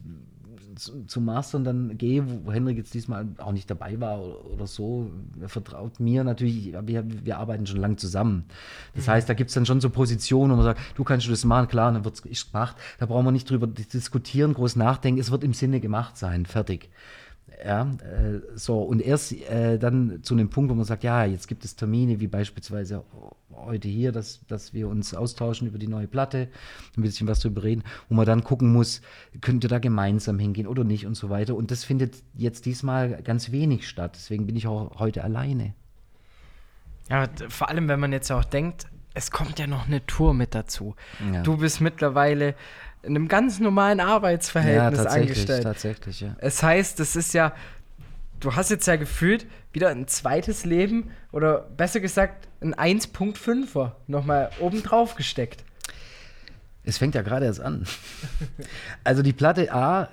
zum Mastern dann gehe, wo Henrik jetzt diesmal auch nicht dabei war oder so. Er vertraut mir natürlich, wir arbeiten schon lange zusammen. Das heißt, da gibt es dann schon so Positionen, wo man sagt, du kannst das machen, klar, dann wird es gemacht. Da brauchen wir nicht drüber diskutieren, groß nachdenken, es wird im Sinne gemacht sein, fertig. Ja, und erst dann zu einem Punkt, wo man sagt, ja, jetzt gibt es Termine, wie beispielsweise heute hier, dass wir uns austauschen über die neue Platte, ein bisschen was drüber reden, wo man dann gucken muss, könnt ihr da gemeinsam hingehen oder nicht und so weiter. Und das findet jetzt diesmal ganz wenig statt. Deswegen bin ich auch heute alleine. Ja, vor allem, wenn man jetzt auch denkt, es kommt ja noch eine Tour mit dazu. Ja. Du bist mittlerweile in einem ganz normalen Arbeitsverhältnis angestellt. Tatsächlich, ja. Es heißt, das ist ja, du hast jetzt ja gefühlt wieder ein zweites Leben oder besser gesagt ein 1.5er nochmal obendrauf gesteckt. Es fängt ja gerade erst an. Also die Platte A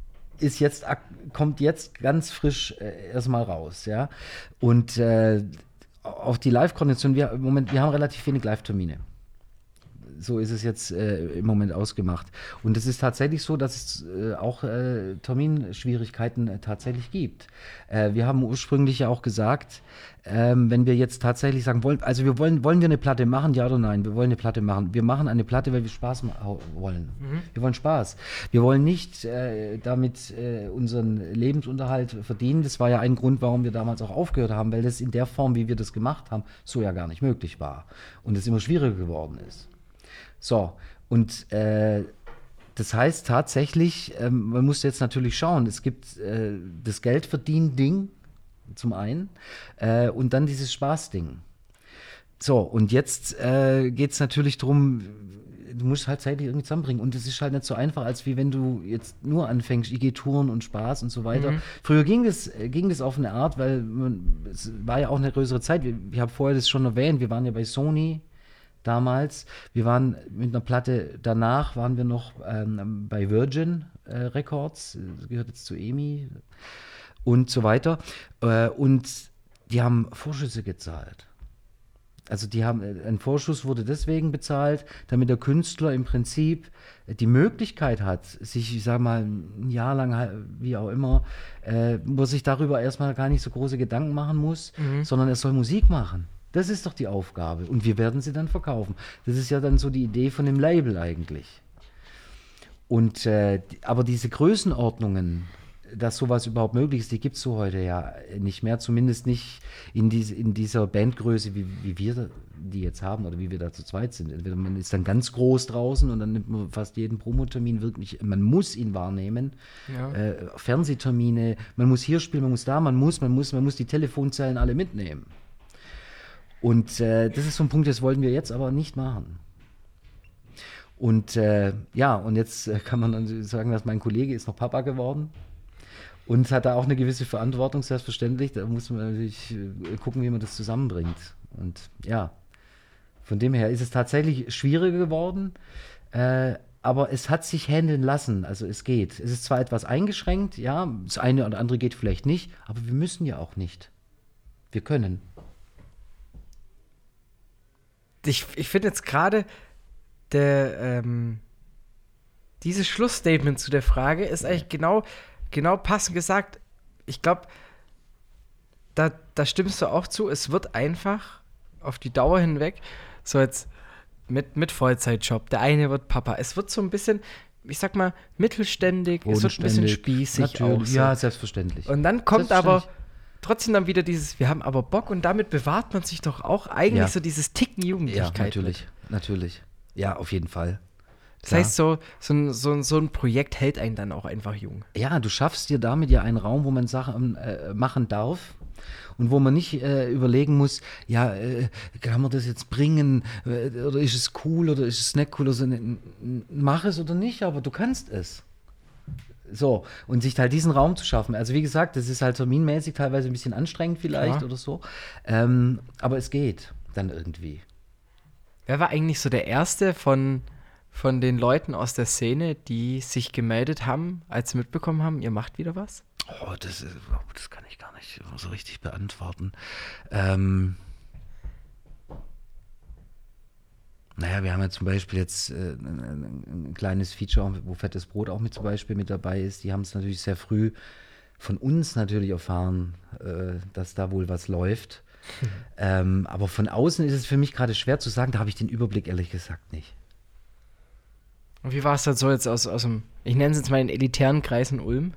kommt jetzt ganz frisch erstmal raus, ja. Und auf die Live-Kondition, wir haben relativ wenig Live-Termine. So ist es jetzt im Moment ausgemacht. Und es ist tatsächlich so, dass es auch Terminschwierigkeiten tatsächlich gibt. Wir haben ursprünglich ja auch gesagt, wenn wir jetzt tatsächlich sagen wollen, also wollen wir eine Platte machen, ja oder nein? Wir wollen eine Platte machen. Wir machen eine Platte, weil wir Spaß wollen. Wir wollen Spaß. Wir wollen nicht damit unseren Lebensunterhalt verdienen. Das war ja ein Grund, warum wir damals auch aufgehört haben, weil das in der Form, wie wir das gemacht haben, so ja gar nicht möglich war. Und es immer schwieriger geworden ist. So, und das heißt tatsächlich, man muss jetzt natürlich schauen, es gibt das Geldverdienen-Ding zum einen und dann dieses Spaß-Ding. So, und jetzt geht es natürlich darum, du musst halt zeitlich irgendwie zusammenbringen und es ist halt nicht so einfach, als wie wenn du jetzt nur anfängst, ich gehe Touren und Spaß und so weiter. Früher ging das auf eine Art, weil es war ja auch eine größere Zeit. Ich habe vorher das schon erwähnt, wir waren ja bei Sony damals. Wir waren mit einer Platte, danach waren wir noch bei Virgin Records, das gehört jetzt zu EMI und so weiter. Und die haben Vorschüsse gezahlt. Also ein Vorschuss wurde deswegen bezahlt, damit der Künstler im Prinzip die Möglichkeit hat, sich, ich sag mal, ein Jahr lang, wie auch immer, wo er sich darüber erstmal gar nicht so große Gedanken machen muss, sondern er soll Musik machen. Das ist doch die Aufgabe. Und wir werden sie dann verkaufen. Das ist ja dann so die Idee von dem Label eigentlich. Und aber diese Größenordnungen, dass sowas überhaupt möglich ist, die gibt es so heute ja nicht mehr. Zumindest nicht in dieser Bandgröße, wie wir die jetzt haben oder wie wir da zu zweit sind. Entweder man ist dann ganz groß draußen und dann nimmt man fast jeden Promotermin wirklich, man muss ihn wahrnehmen. Ja. Fernsehtermine, man muss hier spielen, man muss da, man muss die Telefonzellen alle mitnehmen. Und das ist so ein Punkt, das wollten wir jetzt aber nicht machen. Und und jetzt kann man dann sagen, dass mein Kollege ist noch Papa geworden und hat da auch eine gewisse Verantwortung, selbstverständlich. Da muss man natürlich gucken, wie man das zusammenbringt. Und ja, von dem her ist es tatsächlich schwieriger geworden, aber es hat sich handeln lassen, also es geht. Es ist zwar etwas eingeschränkt, ja, das eine oder andere geht vielleicht nicht, aber wir müssen ja auch nicht. Wir können. Ich finde jetzt gerade, dieses Schlussstatement zu der Frage ist eigentlich genau passend gesagt. Ich glaube, da stimmst du auch zu, es wird einfach auf die Dauer hinweg, so jetzt mit Vollzeitjob, der eine wird Papa, es wird so ein bisschen, ich sag mal, mittelständig, es wird ein bisschen spießig auch so. Ja, selbstverständlich. Und dann kommt aber trotzdem dann wieder dieses, wir haben aber Bock und damit bewahrt man sich doch auch eigentlich so dieses Ticken Jugendlichkeit. Ja, natürlich. Ja, auf jeden Fall. Das heißt, so ein Projekt hält einen dann auch einfach jung. Ja, du schaffst dir damit ja einen Raum, wo man Sachen machen darf und wo man nicht überlegen muss, kann man das jetzt bringen oder ist es cool oder ist es nicht cool oder so. Mach es oder nicht, aber du kannst es. So, und sich halt diesen Raum zu schaffen. Also wie gesagt, das ist halt terminmäßig teilweise ein bisschen anstrengend vielleicht oder so, aber es geht dann irgendwie. Wer war eigentlich so der Erste von den Leuten aus der Szene, die sich gemeldet haben, als sie mitbekommen haben, ihr macht wieder was? Oh, das kann ich gar nicht so richtig beantworten. Naja, wir haben ja zum Beispiel jetzt ein kleines Feature, wo Fettes Brot auch zum Beispiel mit dabei ist. Die haben es natürlich sehr früh von uns natürlich erfahren, dass da wohl was läuft. Aber von außen ist es für mich gerade schwer zu sagen, da habe ich den Überblick ehrlich gesagt nicht. Und wie war es dann so jetzt aus dem, ich nenne es jetzt mal den elitären Kreis in Ulm?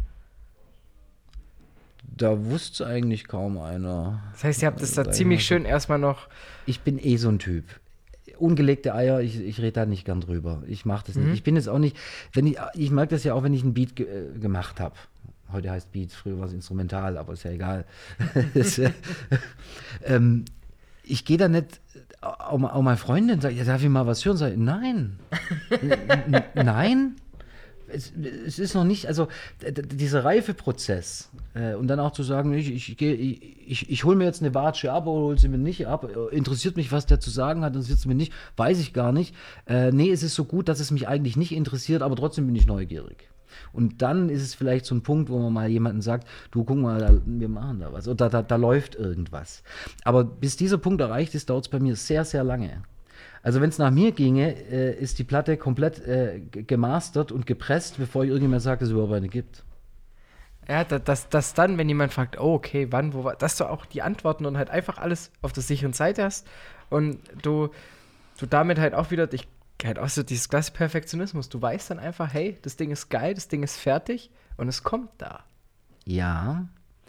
Da wusste eigentlich kaum einer. Das heißt, ihr habt das da ziemlich schön erstmal noch... Ich bin so ein Typ. Ungelegte Eier, ich rede da nicht gern drüber. Ich mache das nicht. Ich bin jetzt auch nicht, ich merke das ja auch, wenn ich einen Beat gemacht habe. Heute heißt Beat, früher war es instrumental, aber ist ja egal. Ich gehe da nicht, auch meine Freundin sagt, ja, darf ich mal was hören? Sag ich, nein. Nein. Es ist noch nicht, also dieser Reifeprozess und dann auch zu sagen, ich hole mir jetzt eine Watsche ab oder hole sie mir nicht ab, interessiert mich, was der zu sagen hat, interessiert es mir nicht, weiß ich gar nicht. Nee, es ist so gut, dass es mich eigentlich nicht interessiert, aber trotzdem bin ich neugierig. Und dann ist es vielleicht so ein Punkt, wo man mal jemandem sagt, du guck mal, wir machen da was oder da läuft irgendwas. Aber bis dieser Punkt erreicht ist, dauert es bei mir sehr, sehr lange. Also wenn es nach mir ginge, ist die Platte komplett gemastert und gepresst, bevor irgendjemand sagt, dass es überhaupt eine gibt. Ja, dass dann, wenn jemand fragt, oh, okay, wann, wo, dass du auch die Antworten und halt einfach alles auf der sicheren Seite hast und du damit halt auch wieder, halt auch so dieses klasse Perfektionismus, du weißt dann einfach, hey, das Ding ist geil, das Ding ist fertig und es kommt da. Ja,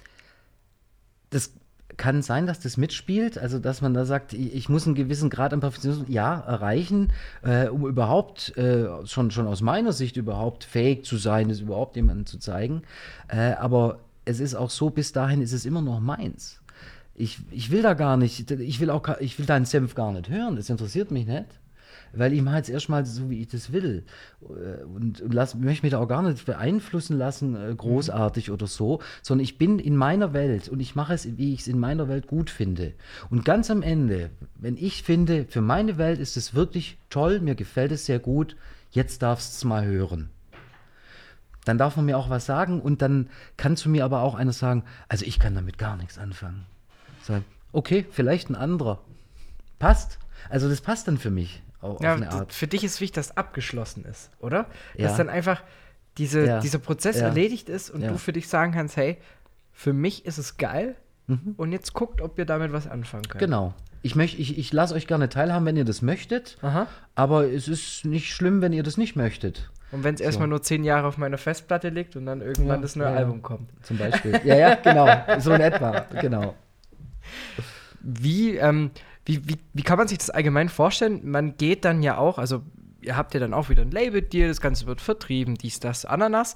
das kann sein, dass das mitspielt, also dass man da sagt, ich muss einen gewissen Grad an Perfektionismus erreichen, um überhaupt, schon aus meiner Sicht überhaupt fähig zu sein, es überhaupt jemandem zu zeigen. Aber es ist auch so, bis dahin ist es immer noch meins. Ich will da gar nicht, ich will deinen Senf gar nicht hören, das interessiert mich nicht. Weil ich mache jetzt erstmal so, wie ich das will. Und möchte mich da auch gar nicht beeinflussen lassen, großartig oder so, sondern ich bin in meiner Welt und ich mache es, wie ich es in meiner Welt gut finde. Und ganz am Ende, wenn ich finde, für meine Welt ist es wirklich toll, mir gefällt es sehr gut, jetzt darfst du es mal hören. Dann darf man mir auch was sagen und dann kann zu mir aber auch einer sagen, also ich kann damit gar nichts anfangen. Sagen, okay, vielleicht ein anderer. Passt. Also das passt dann für mich. Auf eine Art. Für dich ist wichtig, dass abgeschlossen ist, oder? Ja. Dass dann einfach dieser Prozess erledigt ist und du für dich sagen kannst, hey, für mich ist es geil, und jetzt guckt, ob ihr damit was anfangen könnt. Genau. Ich lasse euch gerne teilhaben, wenn ihr das möchtet, Aha. aber es ist nicht schlimm, wenn ihr das nicht möchtet. Und wenn es erstmal nur 10 Jahre auf meiner Festplatte liegt und dann irgendwann Ja, das neue ja, Album kommt. Zum Beispiel. Ja, genau. So in etwa. Genau. Wie kann man sich das allgemein vorstellen? Man geht dann ja auch, also ihr habt ja dann auch wieder ein Label-Deal, das Ganze wird vertrieben, dies, das, Ananas.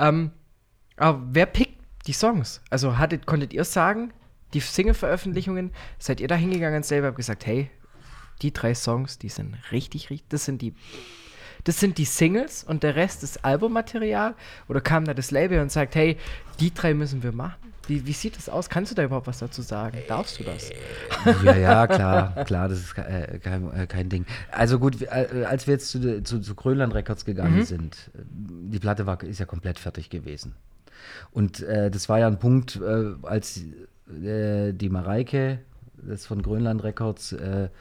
Aber wer pickt die Songs? Also konntet ihr sagen, die Single-Veröffentlichungen, seid ihr da hingegangen ins Label und habt gesagt, hey, die 3 Songs, die sind richtig, das sind die Singles und der Rest ist Albummaterial? Oder kam da das Label und sagt, hey, die 3 müssen wir machen? Wie sieht das aus? Kannst du da überhaupt was dazu sagen? Darfst du das? Ja, klar, das ist kein Ding. Also gut, als wir jetzt zu Grönland Records gegangen sind, die Platte ist ja komplett fertig gewesen. Und das war ja ein Punkt, als die Mareike, das von Grönland Records,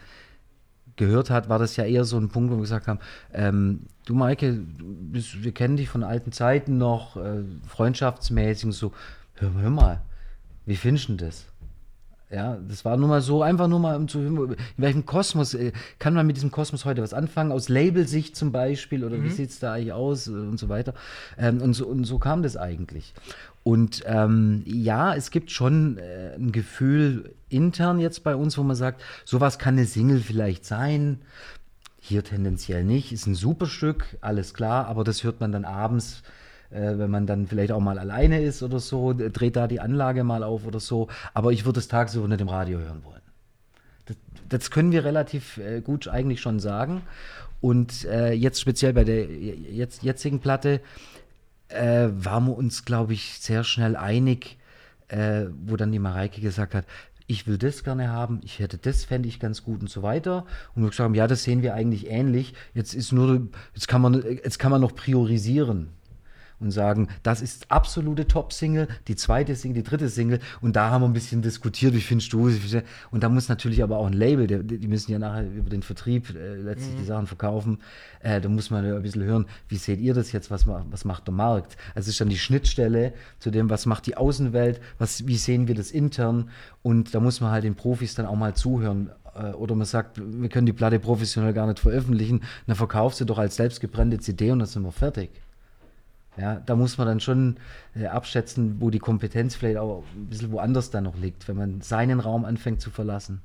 gehört hat, war das ja eher so ein Punkt, wo wir gesagt haben, du Maike, wir kennen dich von alten Zeiten noch, freundschaftsmäßig und so, hör mal, wie findest du das? Ja, das war nur mal so, einfach nur mal, um zu hören, in welchem Kosmos, kann man mit diesem Kosmos heute was anfangen, aus Labelsicht zum Beispiel, oder wie sieht es da eigentlich aus und so weiter. Und so kam das eigentlich. Und ja, es gibt schon ein Gefühl intern jetzt bei uns, wo man sagt, sowas kann eine Single vielleicht sein, hier tendenziell nicht, ist ein super Stück, alles klar, aber das hört man dann abends, wenn man dann vielleicht auch mal alleine ist oder so, dreht da die Anlage mal auf oder so. Aber ich würde es tagsüber nicht im Radio hören wollen. Das können wir relativ gut eigentlich schon sagen. Und jetzt speziell bei der jetzigen Platte waren wir uns, glaube ich, sehr schnell einig, wo dann die Mareike gesagt hat, ich will das gerne haben, fände ich ganz gut und so weiter. Und wir gesagt haben, ja, das sehen wir eigentlich ähnlich. Jetzt kann man noch priorisieren und sagen, das ist absolute Top-Single, die zweite Single, die dritte Single. Und da haben wir ein bisschen diskutiert, wie findest du? Und da muss natürlich aber auch ein Label, die müssen ja nachher über den Vertrieb letztlich die Sachen verkaufen. Da muss man ein bisschen hören, wie seht ihr das jetzt, was macht der Markt? Also es ist dann die Schnittstelle zu dem, was macht die Außenwelt, wie sehen wir das intern? Und da muss man halt den Profis dann auch mal zuhören. Oder man sagt, wir können die Platte professionell gar nicht veröffentlichen, dann verkaufst du doch als selbstgebrannte CD und dann sind wir fertig. Ja, da muss man dann schon abschätzen, wo die Kompetenz vielleicht auch ein bisschen woanders dann noch liegt, wenn man seinen Raum anfängt zu verlassen.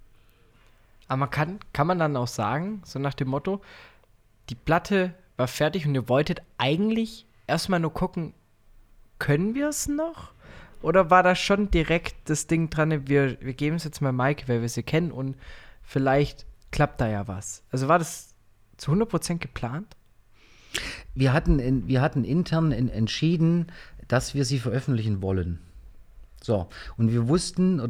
Aber kann man dann auch sagen, so nach dem Motto, die Platte war fertig und ihr wolltet eigentlich erstmal nur gucken, können wir es noch? Oder war da schon direkt das Ding dran, wir geben es jetzt mal Mike, weil wir sie kennen und vielleicht klappt da ja was? Also war das zu 100% geplant? Wir hatten intern entschieden, dass wir sie veröffentlichen wollen. So, und wir wussten,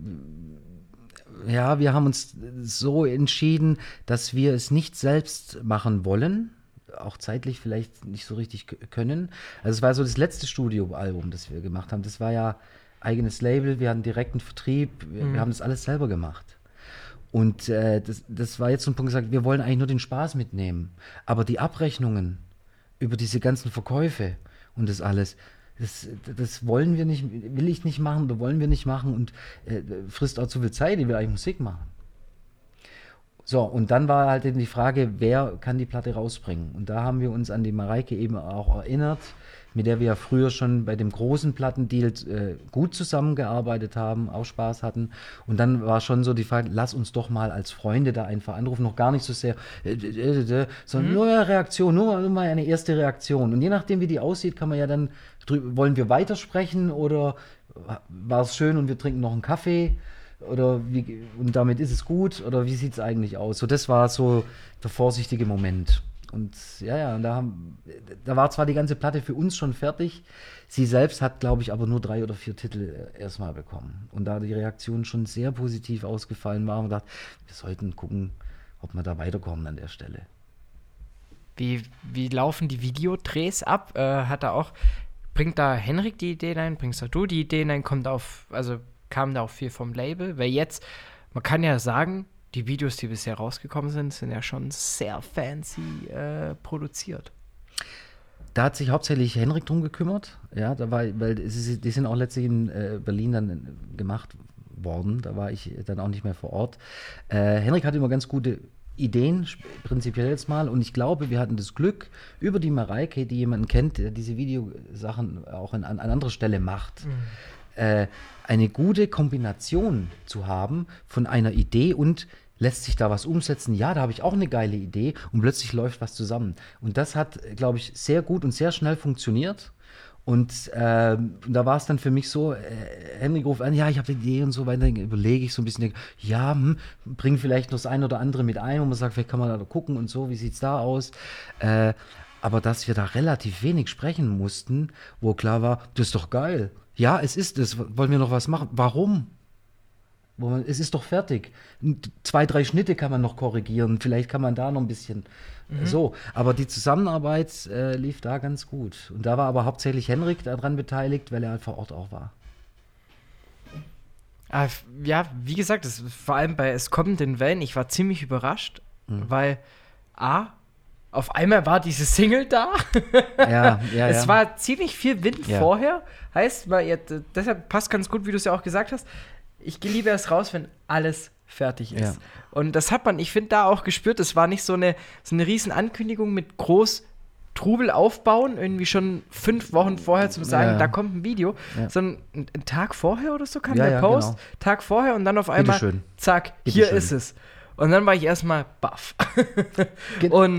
wir haben uns so entschieden, dass wir es nicht selbst machen wollen, auch zeitlich vielleicht nicht so richtig können. Also es war so das letzte Studioalbum, das wir gemacht haben. Das war ja eigenes Label, wir hatten direkten Vertrieb, wir haben das alles selber gemacht. Und das war jetzt so ein Punkt gesagt, wir wollen eigentlich nur den Spaß mitnehmen. Aber die Abrechnungen über diese ganzen Verkäufe und das alles, das wollen wir nicht, will ich nicht machen oder wollen wir nicht machen und frisst auch zu viel Zeit, ich will eigentlich Musik machen. So, und dann war halt eben die Frage, wer kann die Platte rausbringen? Und da haben wir uns an die Mareike eben auch erinnert, mit der wir ja früher schon bei dem großen Plattendeal gut zusammengearbeitet haben, auch Spaß hatten. Und dann war schon so die Frage, lass uns doch mal als Freunde da einfach anrufen, noch gar nicht so sehr, sondern nur eine Reaktion, nur mal eine erste Reaktion. Und je nachdem, wie die aussieht, kann man ja dann, wollen wir weitersprechen oder war es schön und wir trinken noch einen Kaffee? Und damit ist es gut? Oder wie sieht es eigentlich aus? So, das war so der vorsichtige Moment. Und und da war zwar die ganze Platte für uns schon fertig, sie selbst hat, glaube ich, aber nur 3 oder 4 Titel erstmal bekommen. Und da die Reaktionen schon sehr positiv ausgefallen waren, haben wir gedacht, wir sollten gucken, ob wir da weiterkommen an der Stelle. Wie laufen die Videodrehs ab? Bringt da Henrik die Idee rein, bringst da du die Idee rein, kam da auch viel vom Label? Weil jetzt, man kann ja sagen, die Videos, die bisher rausgekommen sind ja schon sehr fancy produziert. Da hat sich hauptsächlich Henrik drum gekümmert. Ja, weil die sind auch letztlich in Berlin dann gemacht worden. Da war ich dann auch nicht mehr vor Ort. Henrik hatte immer ganz gute Ideen, prinzipiell jetzt mal. Und ich glaube, wir hatten das Glück, über die Mareike, die jemanden kennt, der diese Videosachen auch an anderer Stelle macht, eine gute Kombination zu haben von einer Idee und lässt sich da was umsetzen? Ja, da habe ich auch eine geile Idee und plötzlich läuft was zusammen. Und das hat, glaube ich, sehr gut und sehr schnell funktioniert. Und da war es dann für mich so, Henrik ruft an, ja, ich habe eine Idee und so weiter, dann überlege ich so ein bisschen, denke, ja, bring vielleicht noch das ein oder andere mit ein, wo man sagt, vielleicht kann man da gucken und so, wie sieht es da aus? Aber dass wir da relativ wenig sprechen mussten, wo klar war, das ist doch geil. Ja, es ist es, wollen wir noch was machen? Warum? Es ist doch fertig. 2, 3 Schnitte kann man noch korrigieren. Vielleicht kann man da noch ein bisschen so. Aber die Zusammenarbeit lief da ganz gut. Und da war aber hauptsächlich Henrik daran beteiligt, weil er halt vor Ort auch war. Ja, wie gesagt, vor allem bei Es kommt den Wellen, ich war ziemlich überrascht, weil auf einmal war diese Single da. Ja. Es war ziemlich viel Wind vorher. Heißt, deshalb passt ganz gut, wie du es ja auch gesagt hast. Ich gehe lieber erst raus, wenn alles fertig ist. Ja. Und das hat man, ich finde, da auch gespürt. Es war nicht so eine riesen Ankündigung mit groß Trubel aufbauen, irgendwie schon 5 Wochen vorher zu sagen, da kommt ein Video, sondern einen Tag vorher oder so kam der Post, genau. Tag vorher und dann auf einmal, Bitteschön. zack, hier ist es. Und dann war ich erstmal baff. Ge- Und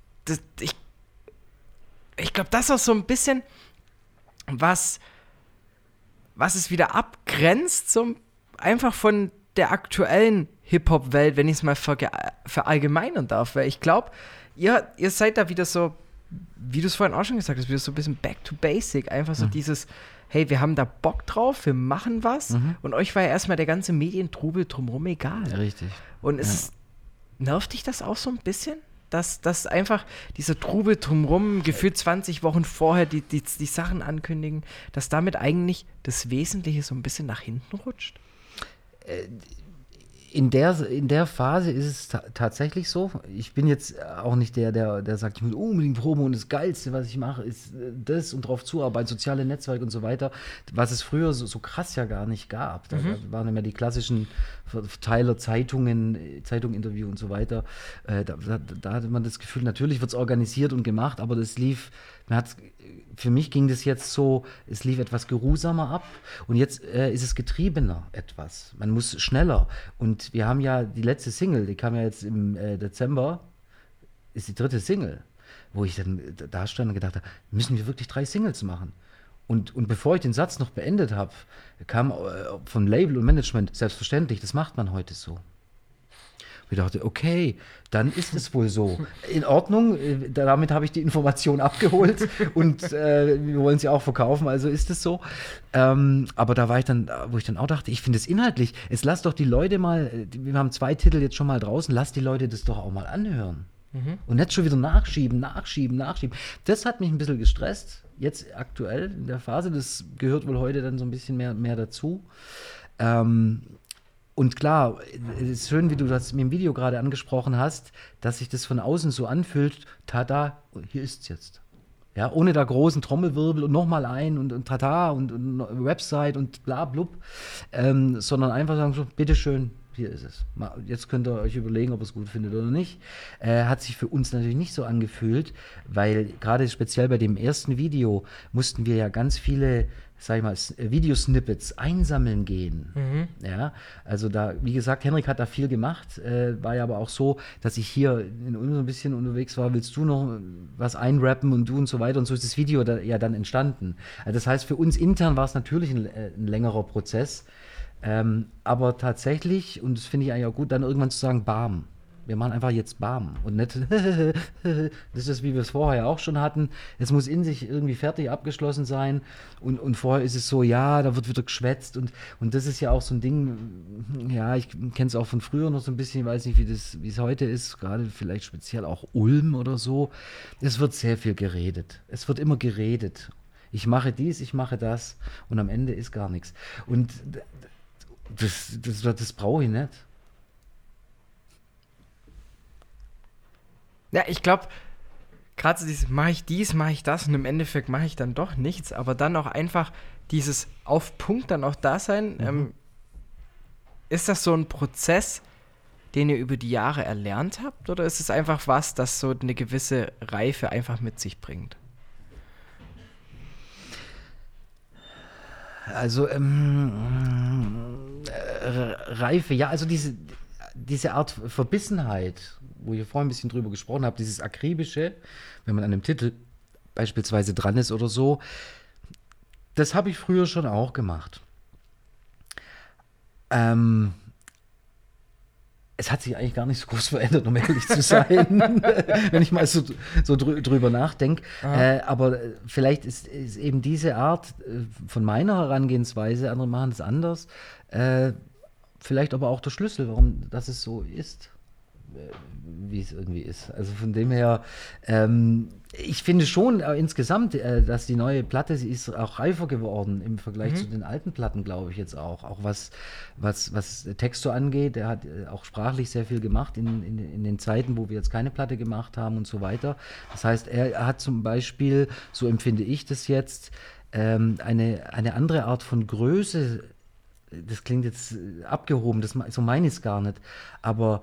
ich glaube, das ist auch so ein bisschen, was es wieder abgrenzt, so einfach von der aktuellen Hip-Hop-Welt, wenn ich es mal verallgemeinern darf. Weil ich glaube, ihr seid da wieder so, wie du es vorhin auch schon gesagt hast, wieder so ein bisschen back to basic. Einfach so dieses, hey, wir haben da Bock drauf, wir machen was. Und euch war ja erstmal der ganze Medientrubel drumherum egal. Ja, richtig. Und nervt dich das auch so ein bisschen? Dass einfach dieser Trubel drumherum, gefühlt 20 Wochen vorher die Sachen ankündigen, dass damit eigentlich das Wesentliche so ein bisschen nach hinten rutscht? In der Phase ist es tatsächlich so. Ich bin jetzt auch nicht der sagt, ich muss unbedingt Promo und das Geilste, was ich mache, ist das und drauf zuarbeiten, soziale Netzwerke und so weiter, was es früher so krass ja gar nicht gab. Da waren immer die klassischen Verteiler, Zeitung-Interview und so weiter. Da hatte man das Gefühl, natürlich wird es organisiert und gemacht, aber das lief, für mich ging das jetzt so, es lief etwas geruhsamer ab und jetzt ist es getriebener etwas. Man muss schneller. Und wir haben ja die letzte Single, die kam ja jetzt im Dezember, ist die 3. Single, wo ich dann da stand und gedacht habe, müssen wir wirklich 3 Singles machen? Und bevor ich den Satz noch beendet habe, kam von Label und Management, selbstverständlich, das macht man heute so. Ich dachte, okay, dann ist es wohl so. In Ordnung, damit habe ich die Information abgeholt und wir wollen sie auch verkaufen, also ist es so. Aber da war ich dann, wo ich dann auch dachte, ich finde es inhaltlich, lass doch die Leute mal, wir haben 2 Titel jetzt schon mal draußen, lass die Leute das doch auch mal anhören. Und nicht schon wieder nachschieben. Das hat mich ein bisschen gestresst, jetzt aktuell in der Phase, das gehört wohl heute dann so ein bisschen mehr dazu. Und klar, es ist schön, wie du das mit dem Video gerade angesprochen hast, dass sich das von außen so anfühlt, tada, hier ist es jetzt. Ja, ohne da großen Trommelwirbel und nochmal und tada und Website und bla blub, sondern einfach sagen so, bitteschön, hier ist es. Jetzt könnt ihr euch überlegen, ob ihr es gut findet oder nicht. Hat sich für uns natürlich nicht so angefühlt, weil gerade speziell bei dem ersten Video mussten wir ja ganz viele, sag ich mal, Videosnippets einsammeln gehen. Ja, also da, wie gesagt, Henrik hat da viel gemacht, war ja aber auch so, dass ich hier in uns ein bisschen unterwegs war, willst du noch was einrappen und du und so weiter und so ist das Video ja dann entstanden. Also das heißt, für uns intern war es natürlich ein längerer Prozess, aber tatsächlich, und das finde ich eigentlich auch gut, dann irgendwann zu sagen, bam. Wir machen einfach jetzt bam und nicht, das ist, wie wir es vorher auch schon hatten, es muss in sich irgendwie fertig abgeschlossen sein und vorher ist es so, ja, da wird wieder geschwätzt und das ist ja auch so ein Ding, ja, ich kenne es auch von früher noch so ein bisschen, ich weiß nicht, wie es heute ist, gerade vielleicht speziell auch Ulm oder so, es wird sehr viel geredet, es wird immer geredet, ich mache dies, ich mache das und am Ende ist gar nichts und das brauche ich nicht. Ja, ich glaube, gerade so dieses, mache ich dies, mache ich das und im Endeffekt mache ich dann doch nichts, aber dann auch einfach dieses auf Punkt dann auch da sein. Ist das so ein Prozess, den ihr über die Jahre erlernt habt, oder ist es einfach was, das so eine gewisse Reife einfach mit sich bringt? Also Reife, ja, also diese Art Verbissenheit, wo ich vorhin ein bisschen drüber gesprochen habe, dieses Akribische, wenn man an einem Titel beispielsweise dran ist oder so, das habe ich früher schon auch gemacht. Es hat sich eigentlich gar nicht so groß verändert, um ehrlich zu sein, wenn ich mal so drüber nachdenke. Aber vielleicht ist eben diese Art von meiner Herangehensweise, andere machen es anders, vielleicht aber auch der Schlüssel, warum das es so ist, wie es irgendwie ist. Also von dem her, ich finde schon insgesamt, dass die neue Platte, sie ist auch reifer geworden im Vergleich zu den alten Platten, glaube ich jetzt auch. Auch was Texto angeht, er hat auch sprachlich sehr viel gemacht in den Zeiten, wo wir jetzt keine Platte gemacht haben und so weiter. Das heißt, er hat zum Beispiel, so empfinde ich das jetzt, eine andere Art von Größe. Das klingt jetzt abgehoben, so meine ich es gar nicht. Aber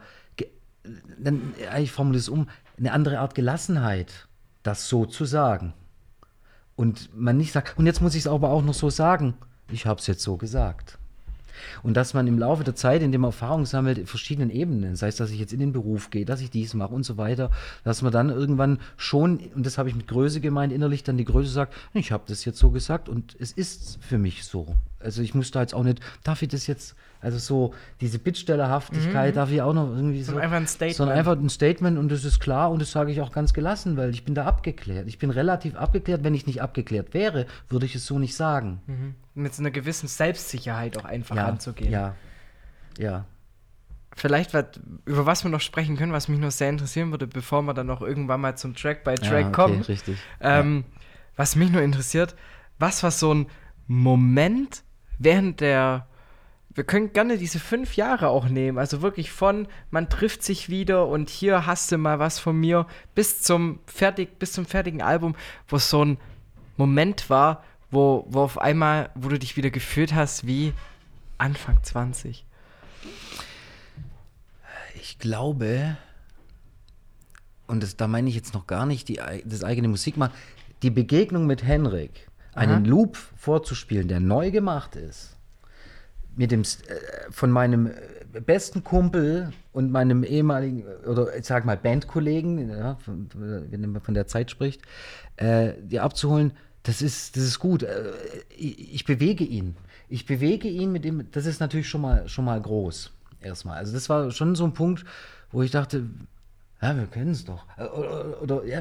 ich formuliere es eine andere Art Gelassenheit, das so zu sagen. Und man nicht sagt, und jetzt muss ich es aber auch noch so sagen, ich habe es jetzt so gesagt. Und dass man im Laufe der Zeit, indem man Erfahrung sammelt, in verschiedenen Ebenen, das heißt, dass ich jetzt in den Beruf gehe, dass ich dies mache und so weiter, dass man dann irgendwann schon, und das habe ich mit Größe gemeint, innerlich dann die Größe sagt, ich habe das jetzt so gesagt und es ist für mich so. Also ich muss da jetzt auch nicht, darf ich das jetzt, also so diese Bittstellerhaftigkeit darf ich auch noch irgendwie so. Einfach ein Statement. Sondern einfach ein Statement und das ist klar und das sage ich auch ganz gelassen, weil ich bin da abgeklärt. Ich bin relativ abgeklärt. Wenn ich nicht abgeklärt wäre, würde ich es so nicht sagen. Mit so einer gewissen Selbstsicherheit auch einfach anzugehen. Ja. Vielleicht, über was wir noch sprechen können, was mich noch sehr interessieren würde, bevor wir dann noch irgendwann mal zum Track-by-Track kommen. Richtig. Was mich nur interessiert, was war so ein Moment während wir können gerne diese 5 Jahre auch nehmen, also wirklich von, man trifft sich wieder und hier hast du mal was von mir, bis zum fertigen Album, wo so ein Moment war, wo auf einmal, wo du dich wieder gefühlt hast wie Anfang 20. Ich glaube, und da meine ich jetzt noch gar nicht das eigene Musikmachen, die Begegnung mit Henrik, einen Loop vorzuspielen, der neu gemacht ist, mit dem von meinem besten Kumpel und meinem ehemaligen, oder ich sag mal Bandkollegen, wenn man von der Zeit spricht, die abzuholen, das ist gut. Ich bewege ihn. Mit dem, das ist natürlich schon mal groß, erstmal. Also das war schon so ein Punkt, wo ich dachte, ja, wir können es doch. Oder ja,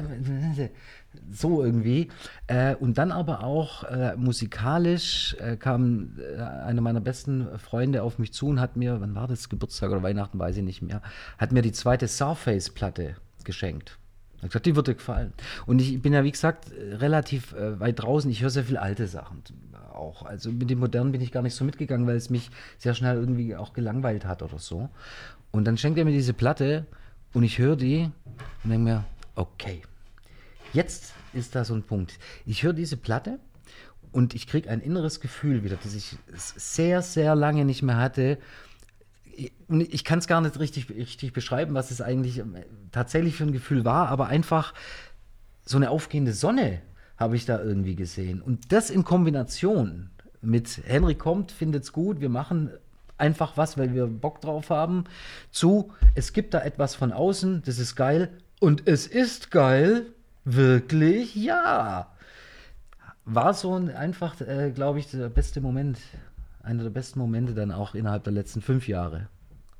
so irgendwie. Und dann aber auch musikalisch kam einer meiner besten Freunde auf mich zu und hat mir, wann war das, Geburtstag oder Weihnachten, weiß ich nicht mehr, hat mir die zweite Surface-Platte geschenkt. Ich habe gesagt, die wird dir gefallen. Und ich bin ja, wie gesagt, relativ weit draußen. Ich höre sehr viel alte Sachen auch. Also mit dem Modernen bin ich gar nicht so mitgegangen, weil es mich sehr schnell irgendwie auch gelangweilt hat oder so. Und dann schenkt er mir diese Platte und ich höre die und denke mir, okay, jetzt ist da so ein Punkt. Ich höre diese Platte und ich kriege ein inneres Gefühl wieder, das ich sehr, sehr lange nicht mehr hatte. Und ich kann es gar nicht richtig beschreiben, was es eigentlich tatsächlich für ein Gefühl war, aber einfach so eine aufgehende Sonne habe ich da irgendwie gesehen. Und das in Kombination mit Henrik kommt, findet's gut, wir machen einfach was, weil wir Bock drauf haben, es gibt da etwas von außen, das ist geil und es ist geil, wirklich, ja. War so einfach, glaube ich, der beste Moment, einer der besten Momente dann auch innerhalb der letzten 5 Jahre.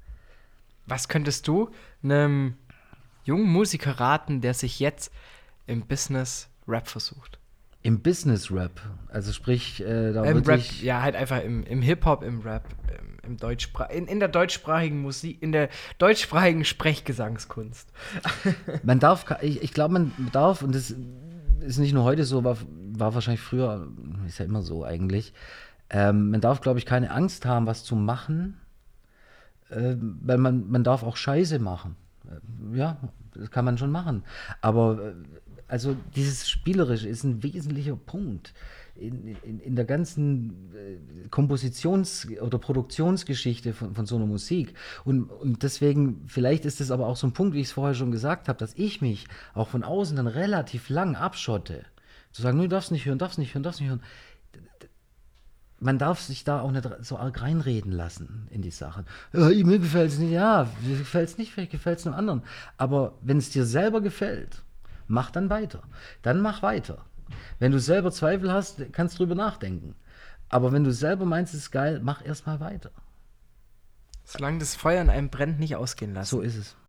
Was könntest du einem jungen Musiker raten, der sich jetzt im Business Rap versucht? Im Business Rap, also sprich, da Im wirklich... Rap, ja, halt einfach im Hip-Hop, im Rap, in der deutschsprachigen Musik, in der deutschsprachigen Sprechgesangskunst. Man darf, ich glaube, man darf, und das ist nicht nur heute so, war wahrscheinlich früher, ist ja immer so eigentlich, man darf, glaube ich, keine Angst haben, was zu machen, weil man darf auch Scheiße machen. Ja, das kann man schon machen. Aber also dieses Spielerische ist ein wesentlicher Punkt in der ganzen Kompositions- oder Produktionsgeschichte von so einer Musik. Und deswegen, vielleicht ist es aber auch so ein Punkt, wie ich es vorher schon gesagt habe, dass ich mich auch von außen dann relativ lang abschotte. Zu sagen, du darfst nicht hören, darfst nicht hören, darfst nicht hören. Man darf sich da auch nicht so arg reinreden lassen in die Sachen. Mir gefällt es nicht, ja, mir gefällt es nicht, vielleicht gefällt es einem anderen. Aber wenn es dir selber gefällt, mach dann weiter. Dann mach weiter. Wenn du selber Zweifel hast, kannst du drüber nachdenken. Aber wenn du selber meinst, es ist geil, mach erstmal weiter. Solange das Feuer in einem brennt, nicht ausgehen lassen. So ist es.